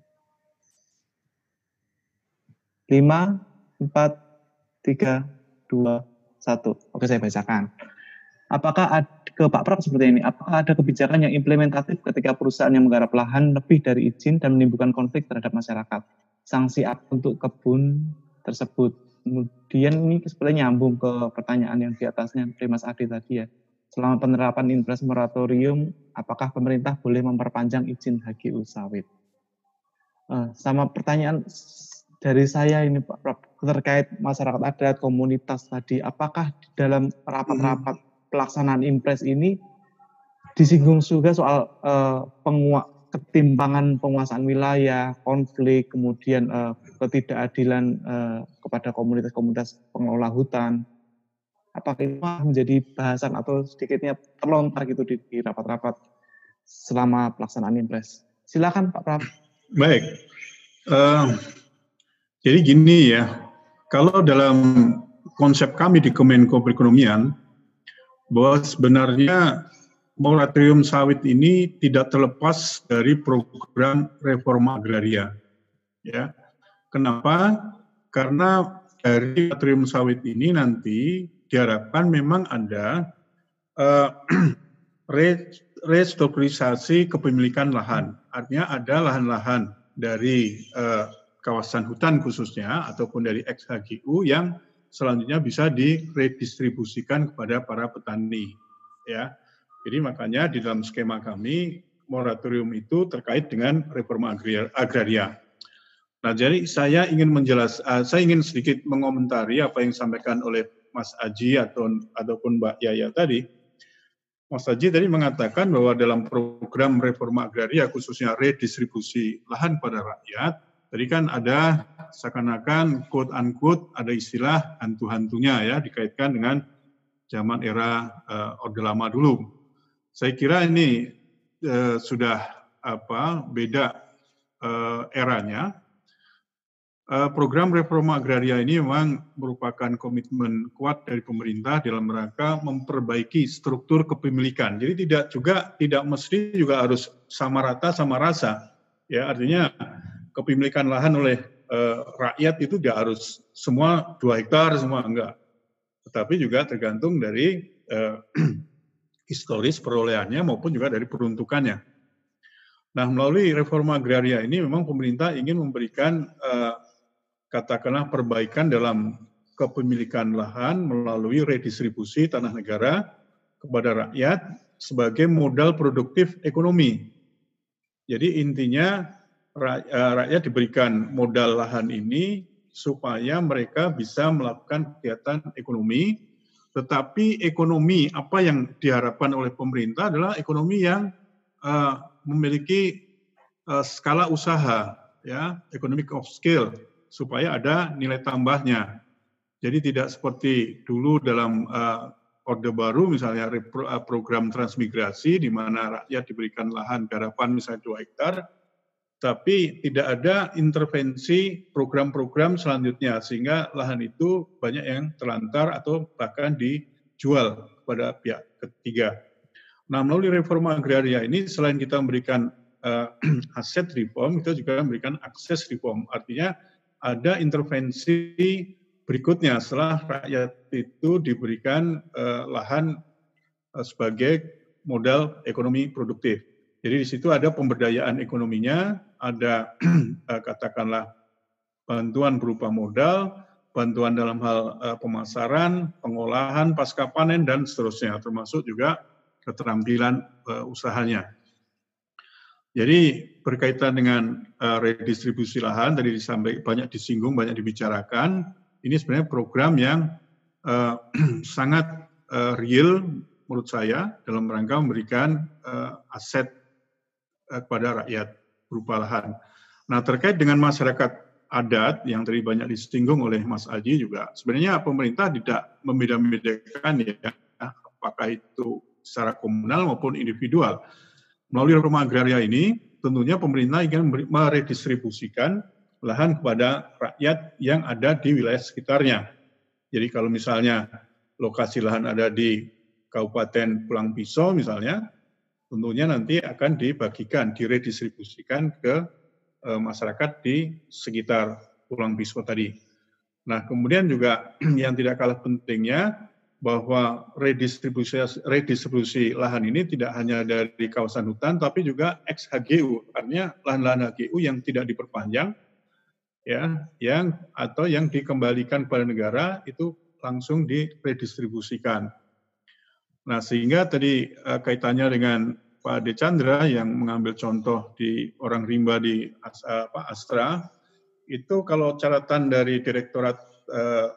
lima, empat, tiga, dua, satu. Oke, saya bacakan. Apakah ada, ke Pak Prap seperti ini, apakah ada kebijakan yang implementatif ketika perusahaan yang menggarap lahan lebih dari izin dan menimbulkan konflik terhadap masyarakat? Sanksi apa untuk kebun tersebut? Kemudian ini sebenarnya nyambung ke pertanyaan yang di atasnya dari Mas Adi tadi ya. Selama penerapan impres moratorium, apakah pemerintah boleh memperpanjang izin H G U sawit? Uh, sama pertanyaan dari saya ini Pak Prap, terkait masyarakat adat, komunitas tadi, apakah di dalam rapat-rapat pelaksanaan impres ini disinggung juga soal uh, pengua, ketimpangan penguasaan wilayah, konflik, kemudian uh, ketidakadilan uh, kepada komunitas-komunitas pengelola hutan. Apakah itu menjadi bahasan atau sedikitnya terlontar gitu di, di rapat-rapat selama pelaksanaan impres? Silakan Pak Prap. Baik. Uh, jadi gini ya, kalau dalam konsep kami di Kemenko Perekonomian, bahwa sebenarnya moratorium sawit ini tidak terlepas dari program reforma agraria. Ya, kenapa? Karena dari moratorium sawit ini nanti diharapkan memang ada uh, restrukturisasi kepemilikan lahan. Artinya ada lahan-lahan dari uh, kawasan hutan khususnya ataupun dari X H G U yang selanjutnya bisa diredistribusikan kepada para petani. Ya, jadi makanya di dalam skema kami moratorium itu terkait dengan reforma agraria. Nah, jadi saya ingin menjelas, uh, saya ingin sedikit mengomentari apa yang disampaikan oleh Mas Aji atau ataupun Mbak Yaya tadi. Mas Aji tadi mengatakan bahwa dalam program reforma agraria khususnya redistribusi lahan pada rakyat, tadi kan ada seakan-akan quote unquote ada istilah hantu-hantunya ya dikaitkan dengan zaman era uh, Orde Lama dulu. Saya kira ini uh, sudah apa beda uh, eranya. Uh, program reforma agraria ini memang merupakan komitmen kuat dari pemerintah dalam rangka memperbaiki struktur kepemilikan. Jadi tidak juga tidak mesti juga harus sama rata sama rasa. Ya, artinya kepemilikan lahan oleh uh, rakyat itu tidak harus semua dua hektar semua enggak. Tetapi juga tergantung dari uh, historis perolehannya maupun juga dari peruntukannya. Nah, melalui reforma agraria ini memang pemerintah ingin memberikan uh, katakanlah perbaikan dalam kepemilikan lahan melalui redistribusi tanah negara kepada rakyat sebagai modal produktif ekonomi. Jadi intinya rakyat diberikan modal lahan ini supaya mereka bisa melakukan kegiatan ekonomi, tetapi ekonomi apa yang diharapkan oleh pemerintah adalah ekonomi yang uh, memiliki uh, skala usaha, ya, economic of scale, supaya ada nilai tambahnya. Jadi tidak seperti dulu dalam uh, Orde Baru misalnya repro, uh, program transmigrasi di mana rakyat diberikan lahan garapan misalnya dua hektar, tapi tidak ada intervensi program-program selanjutnya sehingga lahan itu banyak yang terlantar atau bahkan dijual kepada pihak ketiga. Nah, melalui reforma agraria ini selain kita memberikan uh, aset reform, kita juga memberikan akses reform. Artinya ada intervensi berikutnya setelah rakyat itu diberikan uh, lahan uh, sebagai modal ekonomi produktif. Jadi di situ ada pemberdayaan ekonominya, ada uh, katakanlah bantuan berupa modal, bantuan dalam hal uh, pemasaran, pengolahan pasca panen dan seterusnya, termasuk juga keterampilan uh, usahanya. Jadi berkaitan dengan uh, redistribusi lahan, tadi disampaikan banyak disinggung, banyak dibicarakan. Ini sebenarnya program yang uh, sangat uh, real menurut saya dalam rangka memberikan uh, aset uh, kepada rakyat berupa lahan. Nah, terkait dengan masyarakat adat yang tadi banyak disinggung oleh Mas Aji juga, sebenarnya pemerintah tidak membeda-bedakan ya, apakah itu secara komunal maupun individual. Melalui reforma agraria ini, tentunya pemerintah ingin meredistribusikan lahan kepada rakyat yang ada di wilayah sekitarnya. Jadi kalau misalnya lokasi lahan ada di Kabupaten Pulang Pisau misalnya, tentunya nanti akan dibagikan, diredistribusikan ke uh, masyarakat di sekitar Pulang Pisau tadi. Nah, kemudian juga yang tidak kalah pentingnya bahwa redistribusi redistribusi lahan ini tidak hanya dari kawasan hutan, tapi juga ex H G U, artinya lahan-lahan H G U yang tidak diperpanjang, ya, yang atau yang dikembalikan kepada negara itu langsung diredistribusikan. Nah, sehingga tadi uh, kaitannya dengan Pak Ade Chandra yang mengambil contoh di orang rimba di uh, Pak Astra, itu kalau catatan dari Direktorat uh,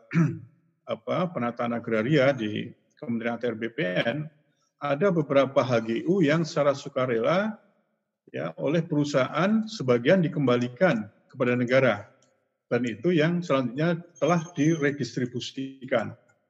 apa penataan agraria di Kementerian A T R B P N, ada beberapa H G U yang secara sukarela ya oleh perusahaan sebagian dikembalikan kepada negara, dan itu yang selanjutnya telah diredistribusikan.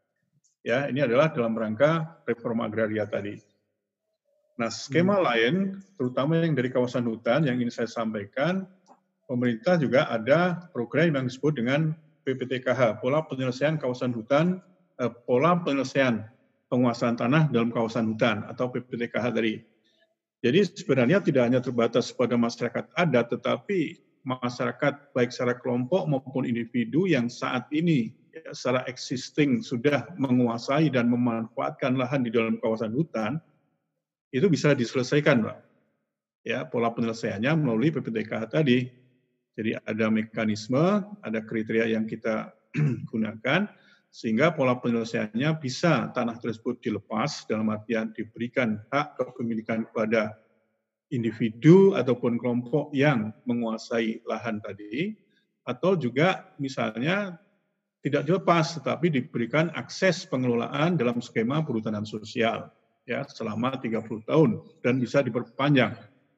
Ya, ini adalah dalam rangka reforma agraria tadi. Nah, skema hmm. lain, terutama yang dari kawasan hutan yang ingin saya sampaikan, pemerintah juga ada program yang disebut dengan P P T K H, Pola Penyelesaian Kawasan Hutan, eh, Pola Penyelesaian Penguasaan Tanah dalam Kawasan Hutan, atau P P T K H tadi. Jadi sebenarnya tidak hanya terbatas pada masyarakat adat, tetapi masyarakat baik secara kelompok maupun individu yang saat ini ya, secara existing sudah menguasai dan memanfaatkan lahan di dalam kawasan hutan, itu bisa diselesaikan, Pak. Ya, pola penyelesaiannya melalui P P T K H tadi. Jadi ada mekanisme, ada kriteria yang kita gunakan, sehingga pola penyelesaiannya bisa tanah tersebut dilepas, dalam artian diberikan hak kepemilikan kepada individu ataupun kelompok yang menguasai lahan tadi, atau juga misalnya tidak dilepas, tetapi diberikan akses pengelolaan dalam skema perhutanan sosial ya selama tiga puluh tahun dan bisa diperpanjang.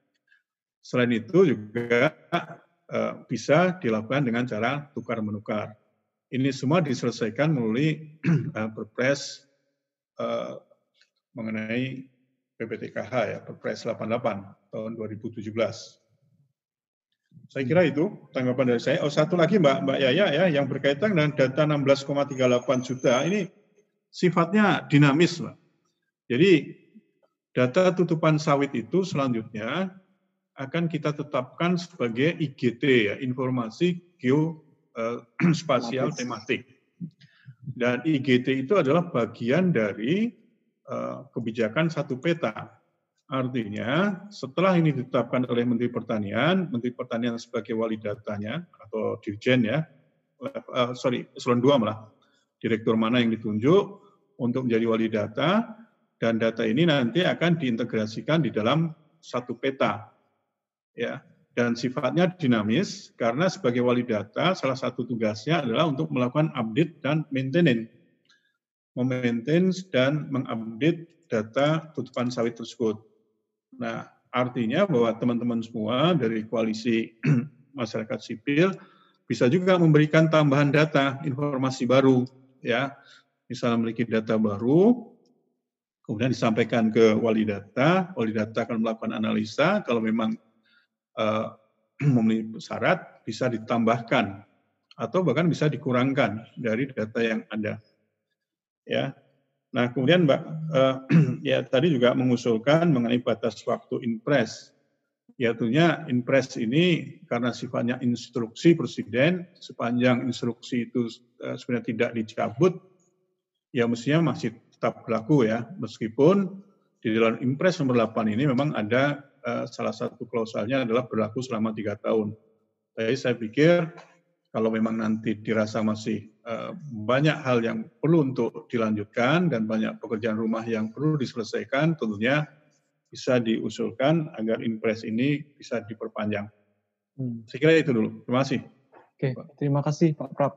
Selain itu juga Uh, bisa dilakukan dengan cara tukar-menukar. Ini semua diselesaikan melalui uh, Perpres uh, mengenai P P T K H ya, Perpres delapan puluh delapan tahun dua ribu tujuh belas. Saya kira itu tanggapan dari saya. Oh, satu lagi Mbak Mbak Yaya ya, yang berkaitan dengan data enam belas koma tiga delapan juta ini sifatnya dinamis, Mbak. Jadi data tutupan sawit itu selanjutnya akan kita tetapkan sebagai I G T, ya, informasi geospasial uh, tematik. Dan I G T itu adalah bagian dari uh, kebijakan satu peta. Artinya, setelah ini ditetapkan oleh Menteri Pertanian, Menteri Pertanian sebagai wali datanya, atau Dirjen ya, uh, sorry, eselon dua malah, direktur mana yang ditunjuk untuk menjadi wali data, dan data ini nanti akan diintegrasikan di dalam satu peta. Ya, dan sifatnya dinamis karena sebagai wali data salah satu tugasnya adalah untuk melakukan update dan maintenance, memaintain dan mengupdate data tutupan sawit tersebut. Nah, artinya bahwa teman-teman semua dari koalisi masyarakat sipil bisa juga memberikan tambahan data, informasi baru, ya, misalnya memiliki data baru, kemudian disampaikan ke wali data, wali data akan melakukan analisa, kalau memang Uh, memenuhi syarat bisa ditambahkan atau bahkan bisa dikurangkan dari data yang ada. Ya, nah kemudian Mbak, uh, ya tadi juga mengusulkan mengenai batas waktu impres. Ya tentunya impres ini karena sifatnya instruksi presiden, sepanjang instruksi itu uh, sebenarnya tidak dicabut, ya mestinya masih tetap berlaku ya, meskipun di dalam impres nomor delapan ini memang ada Uh, salah satu klausalnya adalah berlaku selama tiga tahun. Jadi saya pikir kalau memang nanti dirasa masih uh, banyak hal yang perlu untuk dilanjutkan dan banyak pekerjaan rumah yang perlu diselesaikan, tentunya bisa diusulkan agar impres ini bisa diperpanjang. Hmm. Saya kira itu dulu. Terima kasih. Oke, terima kasih Pak Prab.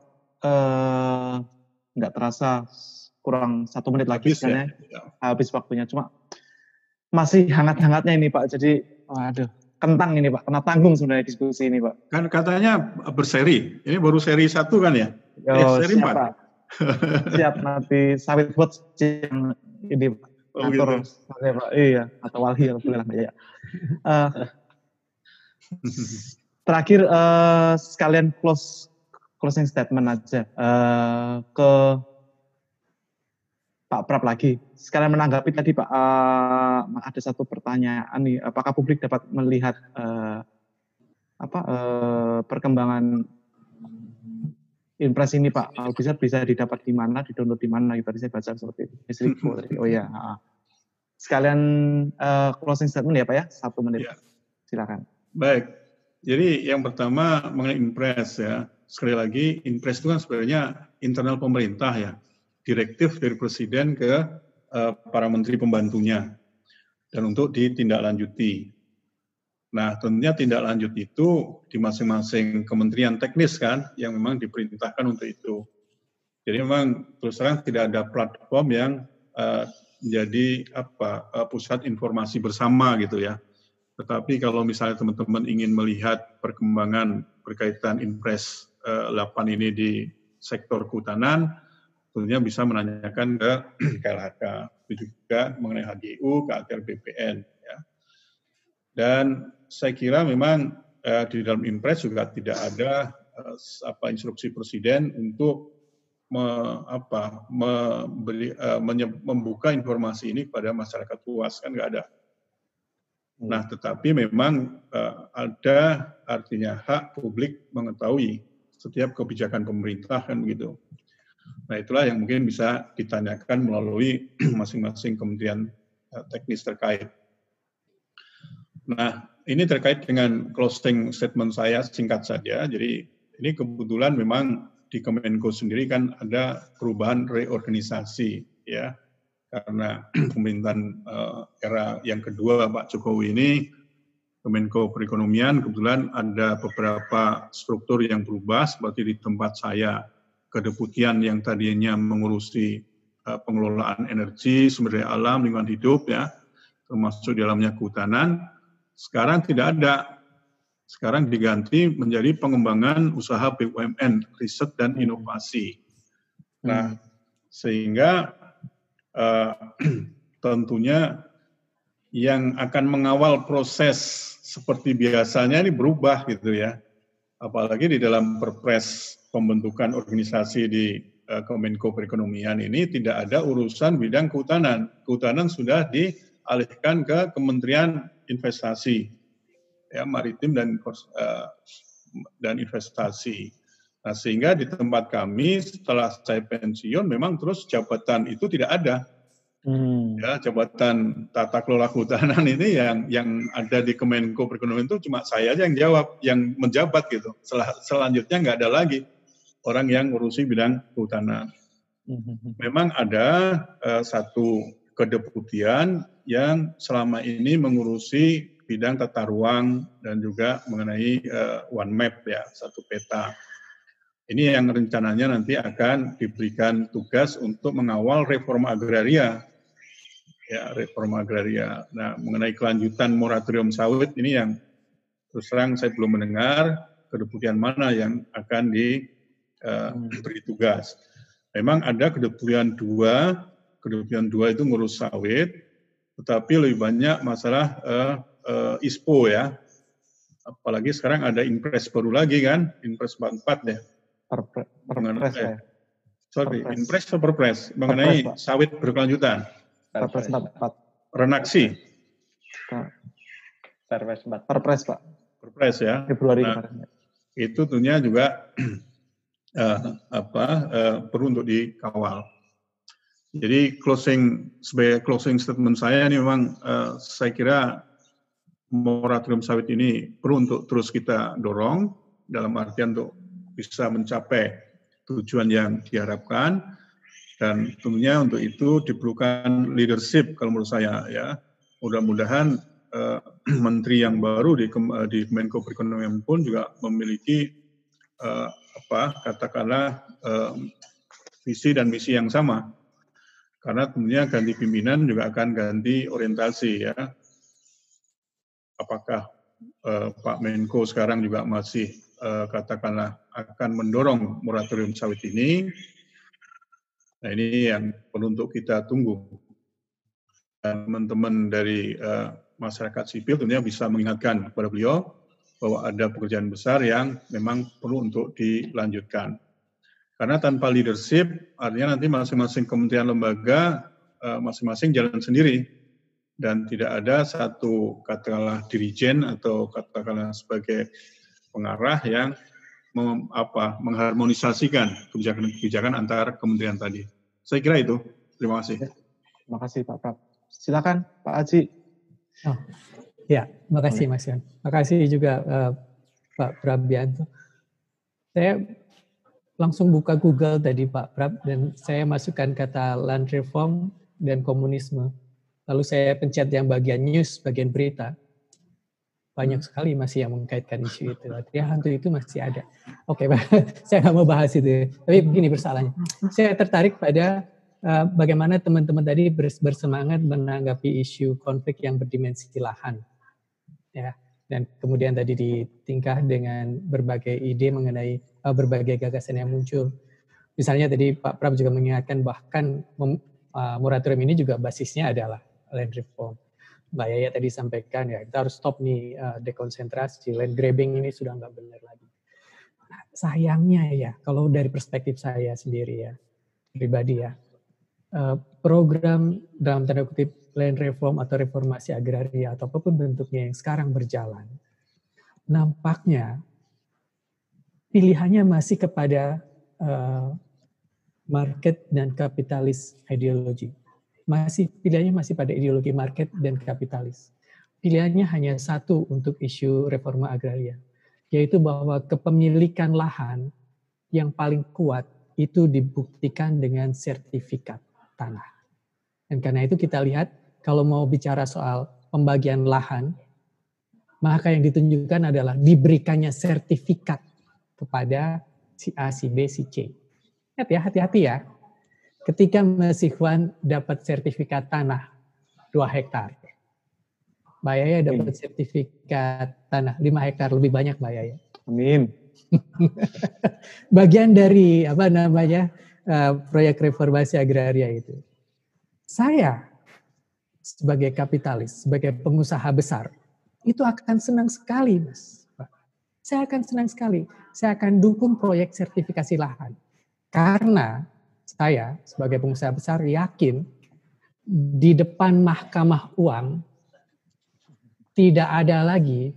Uh, nggak terasa kurang satu menit lagi habis, ya? Ya. Habis waktunya. Cuma masih hangat-hangatnya ini Pak, jadi waduh, kentang ini Pak, kena tanggung sebenarnya diskusi ini Pak. Kan katanya berseri, ini baru seri satu kan ya? Yo, eh, seri siap, empat. Pak. Siap, nanti sawit buat yang ini Pak, oh, atur gitu. Saya, Pak. Iya, atau walhi kalau boleh lah ya. Uh, terakhir uh, sekalian close closing statement aja uh, ke Pak Prap lagi. Sekalian menanggapi tadi Pak, uh, ada satu pertanyaan nih, apakah publik dapat melihat uh, apa uh, perkembangan Impres ini Pak, uh, bisa bisa didapat di mana, di-download di mana? Gitu. Tadi saya baca seperti itu. Oh ya. Uh. Sekalian uh, closing statement ya Pak ya, satu menit. Ya. Silakan. Baik. Jadi yang pertama mengenai Impres ya. Sekali lagi, Impres itu kan sebenarnya internal pemerintah ya. Direktif dari Presiden ke uh, para menteri pembantunya. Dan untuk ditindaklanjuti. Nah, tentunya tindak lanjut itu di masing-masing kementerian teknis kan, yang memang diperintahkan untuk itu. Jadi memang terus terang tidak ada platform yang uh, menjadi apa uh, pusat informasi bersama gitu ya. Tetapi kalau misalnya teman-teman ingin melihat perkembangan berkaitan Impres uh, delapan ini di sektor kehutanan, tentunya bisa menanyakan ke K L H K, juga mengenai H G U, K A T R B P N. Ya. Dan saya kira memang uh, di dalam Impres juga tidak ada uh, apa instruksi Presiden untuk me, apa, memberi, uh, menye, membuka informasi ini kepada masyarakat luas, kan nggak ada. Nah, tetapi memang uh, ada artinya hak publik mengetahui setiap kebijakan pemerintah kan begitu. Nah, itulah yang mungkin bisa ditanyakan melalui masing-masing kementerian uh, teknis terkait. Nah, ini terkait dengan closing statement saya singkat saja. Jadi ini kebetulan memang di Kemenko sendiri kan ada perubahan reorganisasi ya. Karena pemerintahan uh, era yang kedua Pak Jokowi ini, Kemenko Perekonomian kebetulan ada beberapa struktur yang berubah seperti di tempat saya kedeputian yang tadinya mengurusi uh, pengelolaan energi, sumber daya alam, lingkungan hidup ya, termasuk di dalamnya kehutanan. Sekarang tidak ada. Sekarang diganti menjadi pengembangan usaha B U M N, riset dan inovasi. Nah, sehingga uh, tentunya yang akan mengawal proses seperti biasanya ini berubah gitu ya. Apalagi di dalam Perpres pembentukan organisasi di uh, Kemenko Perekonomian ini tidak ada urusan bidang kehutanan. Kehutanan sudah dialihkan ke Kementerian Investasi, ya, maritim dan uh, dan investasi. Nah, sehingga di tempat kami setelah saya pensiun memang terus jabatan itu tidak ada. Hmm. Ya, jabatan tata kelola kehutanan ini yang yang ada di Kemenko Perekonomian itu cuma saya aja yang jawab, yang menjabat gitu. Sel selanjutnya nggak ada lagi orang yang ngurusi bidang kehutanan. Hmm. Memang ada uh, satu kedeputian yang selama ini mengurusi bidang tata ruang dan juga mengenai uh, one map ya, satu peta. Ini yang rencananya nanti akan diberikan tugas untuk mengawal reforma agraria. Ya, reforma agraria. Nah, mengenai kelanjutan moratorium sawit ini yang terus terang saya belum mendengar kedeputian mana yang akan diberi uh, tugas. Memang ada kedeputian dua, kedeputian dua itu ngurus sawit, tetapi lebih banyak masalah uh, uh, I S P O ya. Apalagi sekarang ada Impres baru lagi kan, Impres empat puluh empat ya. Perpres, perpres eh, ya. Sorry, Perpres. Impres atau Perpres mengenai Perpres, sawit berkelanjutan. Perpres empat puluh empat. Renaksi. Perpres empat. Perpres Pak. Perpres ya. Februari nah, kemarin. Itu tentunya juga uh, apa uh, perlu untuk dikawal. Jadi closing sebagai closing statement saya ini memang uh, saya kira moratorium sawit ini perlu untuk terus kita dorong dalam artian untuk bisa mencapai tujuan yang diharapkan, dan tentunya untuk itu diperlukan leadership kalau menurut saya ya. Mudah-mudahan uh, menteri yang baru di, di Kemenko Perekonomian pun juga memiliki uh, apa katakanlah uh, visi dan misi yang sama. Karena tentunya ganti pimpinan juga akan ganti orientasi ya. Apakah eh, Pak Menko sekarang juga masih eh, katakanlah akan mendorong moratorium sawit ini? Nah, ini yang perlu untuk kita tunggu. Dan teman-teman dari eh, masyarakat sipil tentunya bisa mengingatkan kepada beliau bahwa ada pekerjaan besar yang memang perlu untuk dilanjutkan. Karena tanpa leadership, artinya nanti masing-masing kementerian lembaga masing-masing jalan sendiri dan tidak ada satu katakanlah dirijen atau katakanlah sebagai pengarah yang mem, apa, mengharmonisasikan kebijakan-kebijakan antar kementerian tadi. Saya kira itu. Terima kasih. Terima kasih Pak Prab. Silakan Pak Aji. Oh, ya, terima kasih Mas Iwan. Terima kasih juga uh, Pak Prabianto. Saya langsung buka Google tadi Pak Prab dan saya masukkan kata land reform dan komunisme. Lalu saya pencet yang bagian news, bagian berita. Banyak sekali masih yang mengkaitkan isu itu. Artinya hantu itu masih ada. Oke, saya nggak mau bahas itu. Tapi begini persoalannya. Saya tertarik pada uh, bagaimana teman-teman tadi bersemangat menanggapi isu konflik yang berdimensi lahan. Ya. Dan kemudian tadi ditingkah dengan berbagai ide mengenai uh, berbagai gagasan yang muncul. Misalnya tadi Pak Prab juga mengingatkan bahkan mem, uh, moratorium ini juga basisnya adalah land reform. Mbak Yaya tadi sampaikan ya kita harus stop nih uh, dekonsentrasi, land grabbing ini sudah nggak benar lagi. Nah, sayangnya ya kalau dari perspektif saya sendiri ya pribadi ya uh, program dalam tanda kutip land reform atau reformasi agraria atau apapun bentuknya yang sekarang berjalan, nampaknya pilihannya masih kepada uh, market dan kapitalis ideologi. Masih pilihannya masih pada ideologi market dan kapitalis. Pilihannya hanya satu untuk isu reforma agraria, yaitu bahwa kepemilikan lahan yang paling kuat itu dibuktikan dengan sertifikat tanah. Dan karena itu kita lihat kalau mau bicara soal pembagian lahan, maka yang ditunjukkan adalah diberikannya sertifikat kepada si A, si B, si C. Lihat ya, hati-hati ya. Ketika Mas Ikhwan dapat sertifikat tanah dua hektar, Mbak Yaya dapat sertifikat tanah lima hektar, lebih banyak Mbak Yaya. Amin. Bagian dari apa namanya uh, proyek reformasi agraria itu. Saya sebagai kapitalis, sebagai pengusaha besar, itu akan senang sekali, Mas. Saya akan senang sekali. Saya akan dukung proyek sertifikasi lahan. Karena saya sebagai pengusaha besar yakin di depan mahkamah uang tidak ada lagi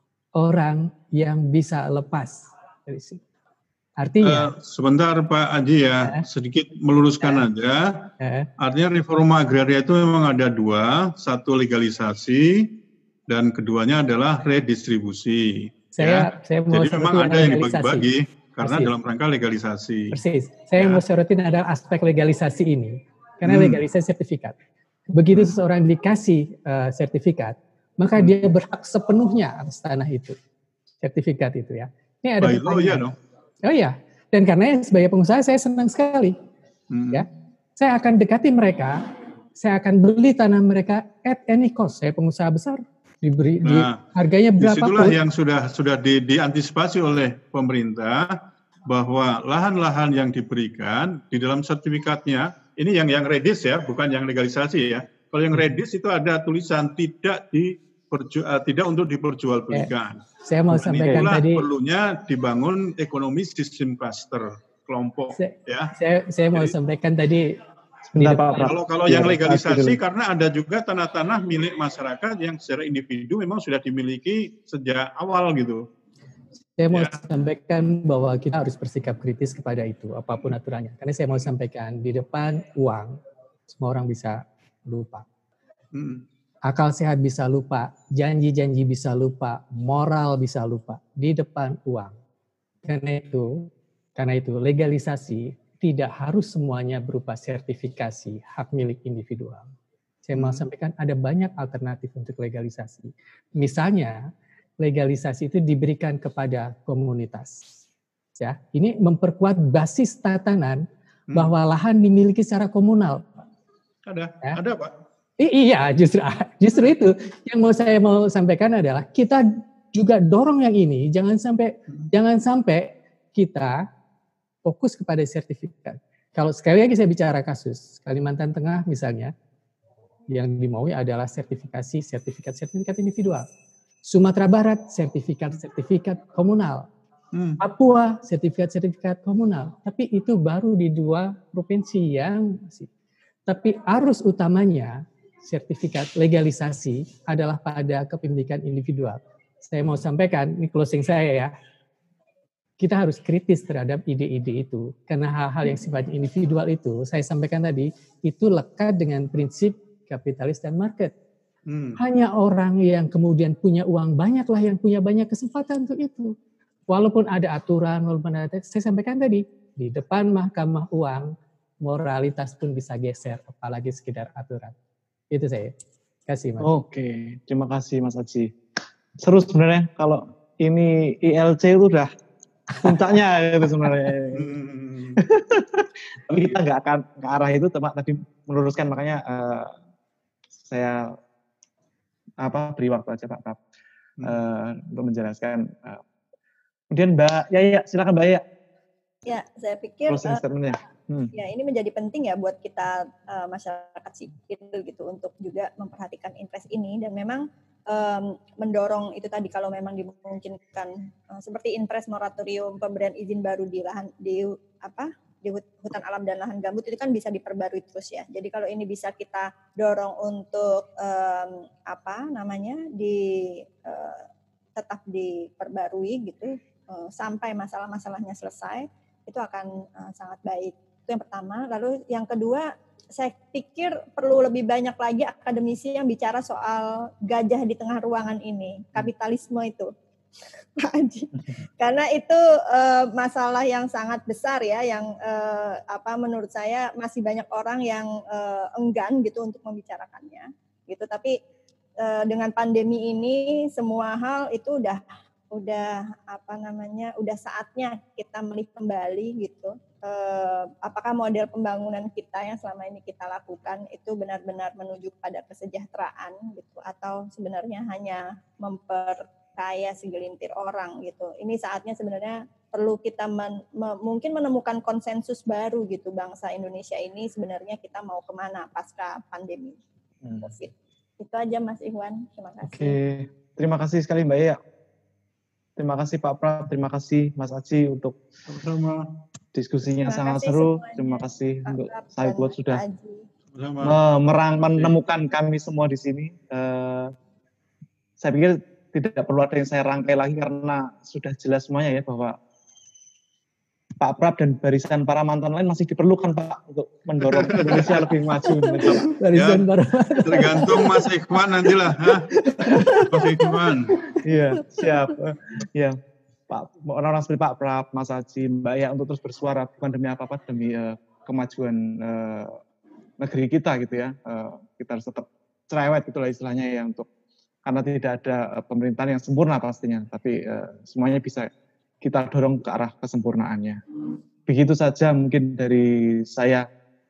orang yang bisa lepas dari situ. Artinya, uh, sebentar Pak Aji ya, eh, sedikit meluruskan eh, aja. Eh, Artinya reforma agraria itu memang ada dua, satu legalisasi dan keduanya adalah redistribusi. Saya, ya. saya mau Jadi memang ada yang dibagi-bagi karena Persis. dalam rangka legalisasi. Persis. Saya ya. mau sorotin adalah aspek legalisasi ini, karena hmm. legalisasi sertifikat. Begitu hmm. seseorang dikasih uh, sertifikat, maka hmm. dia berhak sepenuhnya atas tanah itu, sertifikat itu ya. Ini ada pertanyaan. Oh iya dong. Oh iya, dan karena sebagai pengusaha saya senang sekali, hmm. ya, saya akan dekati mereka, saya akan beli tanah mereka at any cost. Saya pengusaha besar, diberi nah, di, harganya berapa? Disitulah yang sudah sudah di, diantisipasi oleh pemerintah bahwa lahan-lahan yang diberikan di dalam sertifikatnya ini yang yang redis ya, bukan yang legalisasi ya. Kalau yang redis itu ada tulisan tidak di Perju, uh, tidak untuk diperjualbelikan. Ya, saya mau sampaikan itulah tadi perlunya dibangun ekonomi sistem cluster kelompok. Saya, ya. saya, saya mau Jadi, sampaikan tadi. Sebentar, Pak, kalau kalau ya, yang legalisasi karena ada juga tanah-tanah milik masyarakat yang secara individu memang sudah dimiliki sejak awal gitu. Saya mau ya. sampaikan bahwa kita harus bersikap kritis kepada itu apapun aturannya. Karena saya mau sampaikan di depan uang semua orang bisa lupa. Hmm. Akal sehat bisa lupa, janji-janji bisa lupa, moral bisa lupa di depan uang. Karena itu, karena itu legalisasi tidak harus semuanya berupa sertifikasi hak milik individual. Saya mau sampaikan ada banyak alternatif untuk legalisasi. Misalnya, legalisasi itu diberikan kepada komunitas. Ya, ini memperkuat basis tatanan bahwa lahan dimiliki secara komunal. Ada, ya. ada Pak. I iya, justru justru itu yang mau saya mau sampaikan adalah kita juga dorong yang ini, jangan sampai jangan sampai kita fokus kepada sertifikat. Kalau sekali lagi saya bicara kasus Kalimantan Tengah misalnya, yang dimaui adalah sertifikasi sertifikat sertifikat individual. Sumatera Barat sertifikat sertifikat komunal. Hmm. Papua sertifikat-sertifikat komunal, tapi itu baru di dua provinsi yang masih. Tapi arus utamanya sertifikat legalisasi adalah pada kepemilikan individual. Saya mau sampaikan, ini closing saya ya. Kita harus kritis terhadap ide-ide itu. Karena hal-hal yang sifatnya individual itu, saya sampaikan tadi, itu lekat dengan prinsip kapitalis dan market. Hmm. Hanya orang yang kemudian punya uang banyaklah yang punya banyak kesempatan untuk itu. Walaupun ada aturan, walaupun ada, saya sampaikan tadi, di depan mahkamah uang, moralitas pun bisa geser, apalagi sekedar aturan. Itu saya. Terima kasih, Mas. Oke, terima kasih Mas Aji. Seru sebenarnya kalau ini I L C itu udah puncaknya itu sebenarnya. Tapi kita nggak akan ke arah itu, teman tadi meluruskan, makanya uh, saya apa beri waktu aja Pak Prab hmm. uh, untuk menjelaskan. Uh, kemudian Mbak Yaya, silakan Mbak Yaya. Ya, saya pikir closing statement-nya. Hmm. Ya, ini menjadi penting ya buat kita uh, masyarakat sipil gitu untuk juga memperhatikan interest ini, dan memang um, mendorong itu tadi kalau memang dimungkinkan uh, seperti interest moratorium pemberian izin baru di lahan di apa di hutan alam dan lahan gambut itu kan bisa diperbarui terus ya. Jadi kalau ini bisa kita dorong untuk um, apa namanya di uh, tetap diperbarui gitu uh, sampai masalah-masalahnya selesai, itu akan uh, sangat baik. Itu yang pertama. Lalu yang kedua, saya pikir perlu lebih banyak lagi akademisi yang bicara soal gajah di tengah ruangan ini, kapitalisme itu, Pak Aji. Karena itu uh, masalah yang sangat besar ya, yang uh, apa menurut saya masih banyak orang yang uh, enggan gitu untuk membicarakannya, gitu. Tapi uh, dengan pandemi ini semua hal itu udah udah apa namanya, udah saatnya kita melihat kembali gitu. Uh, apakah model pembangunan kita yang selama ini kita lakukan itu benar-benar menuju pada kesejahteraan gitu, atau sebenarnya hanya memperkaya segelintir orang gitu. Ini saatnya sebenarnya perlu kita men, me, mungkin menemukan konsensus baru gitu, bangsa Indonesia ini sebenarnya kita mau kemana pasca pandemi hmm. COVID. Itu aja Mas Ikhwan, terima kasih. Oke, terima kasih sekali Mbak Ya. Terima kasih Pak Prab, terima kasih Mas Aji untuk sama diskusinya terima sangat seru. Semuanya. Terima kasih Pak untuk Saibot sudah merang menemukan kami semua di sini. Uh, saya pikir tidak perlu ada yang saya rangkai lagi karena sudah jelas semuanya ya bahwa Pak Prab dan barisan para mantan lain masih diperlukan Pak untuk mendorong Indonesia lebih maju. Barisan ya, para tergantung Mas Ikhwan nantilah. Mas Ikhwan. Iya, siap. Iya. Pak, orang-orang seperti Pak Prab, Mas Aji, Mbak Ya untuk terus bersuara bukan demi apa-apa, demi uh, kemajuan uh, negeri kita gitu ya. Uh, kita harus tetap cerewet itulah istilahnya ya, untuk karena tidak ada uh, pemerintahan yang sempurna pastinya, tapi uh, semuanya bisa kita dorong ke arah kesempurnaannya. Begitu saja mungkin dari saya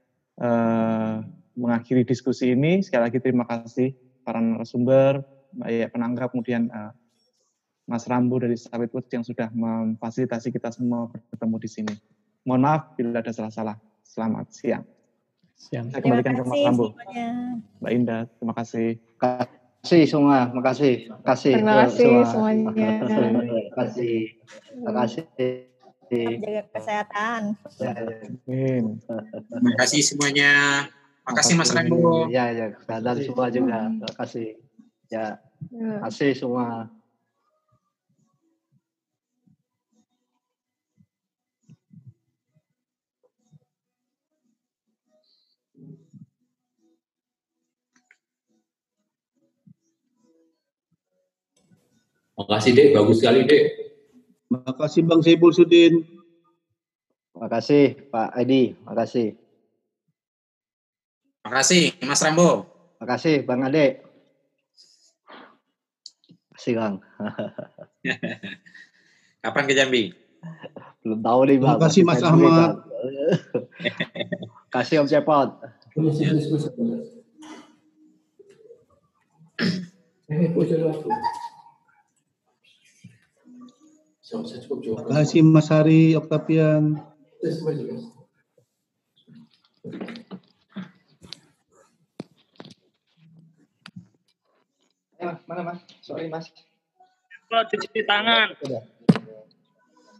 uh, mengakhiri diskusi ini. Sekali lagi terima kasih para narasumber, Mbak Ya penanggap, kemudian uh, Mas Rambu dari Sawitwood yang sudah memfasilitasi kita semua bertemu di sini. Mohon maaf bila ada salah-salah. Selamat siang. Siang. Saya kembalikan ke Mas Rambu. Semuanya. Mbak Indah, terima kasih. Terima kasih semua, terima kasih. Terima kasih, terima kasih semua. semuanya. Terima kasih. Terima kasih. Tetap jaga kesehatan. Amin. Terima kasih semuanya. Terima kasih Mas Rambu. Ya, ya, kesehatan semua juga. Terima kasih. Ya, terima kasih semua. Makasih Dek, bagus sekali Dek. Makasih Bang Saiful Sudin. Makasih Pak Edi, makasih. Makasih Mas Rambo. Makasih Bang Ade. Makasih Bang. Kapan ke Jambi? Belum tahu nih Bang. Makasih Mas Ahmad. Kasih Om Cepot. Terima kasih Mas Hari Oktavian. Eh, mana Mas? Sorry Mas. Kalau cuci tangan.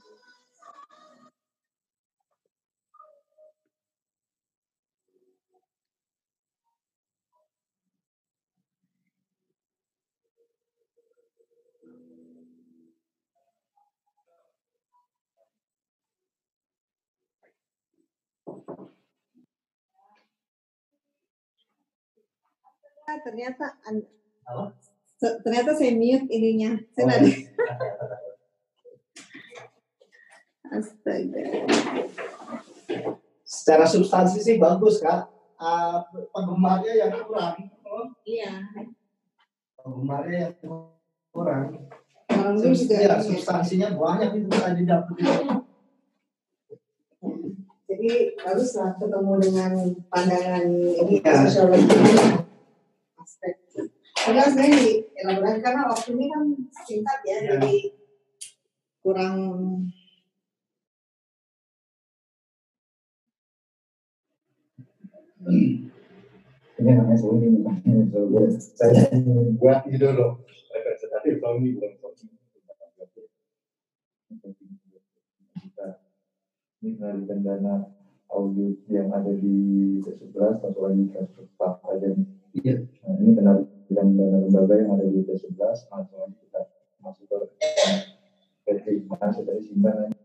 ternyata ternyata saya mute ininya. Saya oh, ya. Astaga. Secara substansi sih bagus, Kak. Uh, penggemarnya yang kurang. Iya. Penggemarnya yang kurang. Subs ya, substansinya banyak itu bisa didapat. Jadi haruslah ketemu dengan pandangan ini ya. Sosiologi aspek. Padahal sebenarnya dielaborasi karena waktu ini kan singkat ya, ya. Jadi kurang. Ini namanya Sony, saya buat ini dulu, representatif Sony bukan Sony. Kita ini mengalihkan dana audit yang ada di T sebelas masuk lagi transfer staff aja nih. Iya. Nah, ini penarikan dana lembaga yang ada di T sebelas langsung aja kita masuk ke P T. Mana sudah disimpan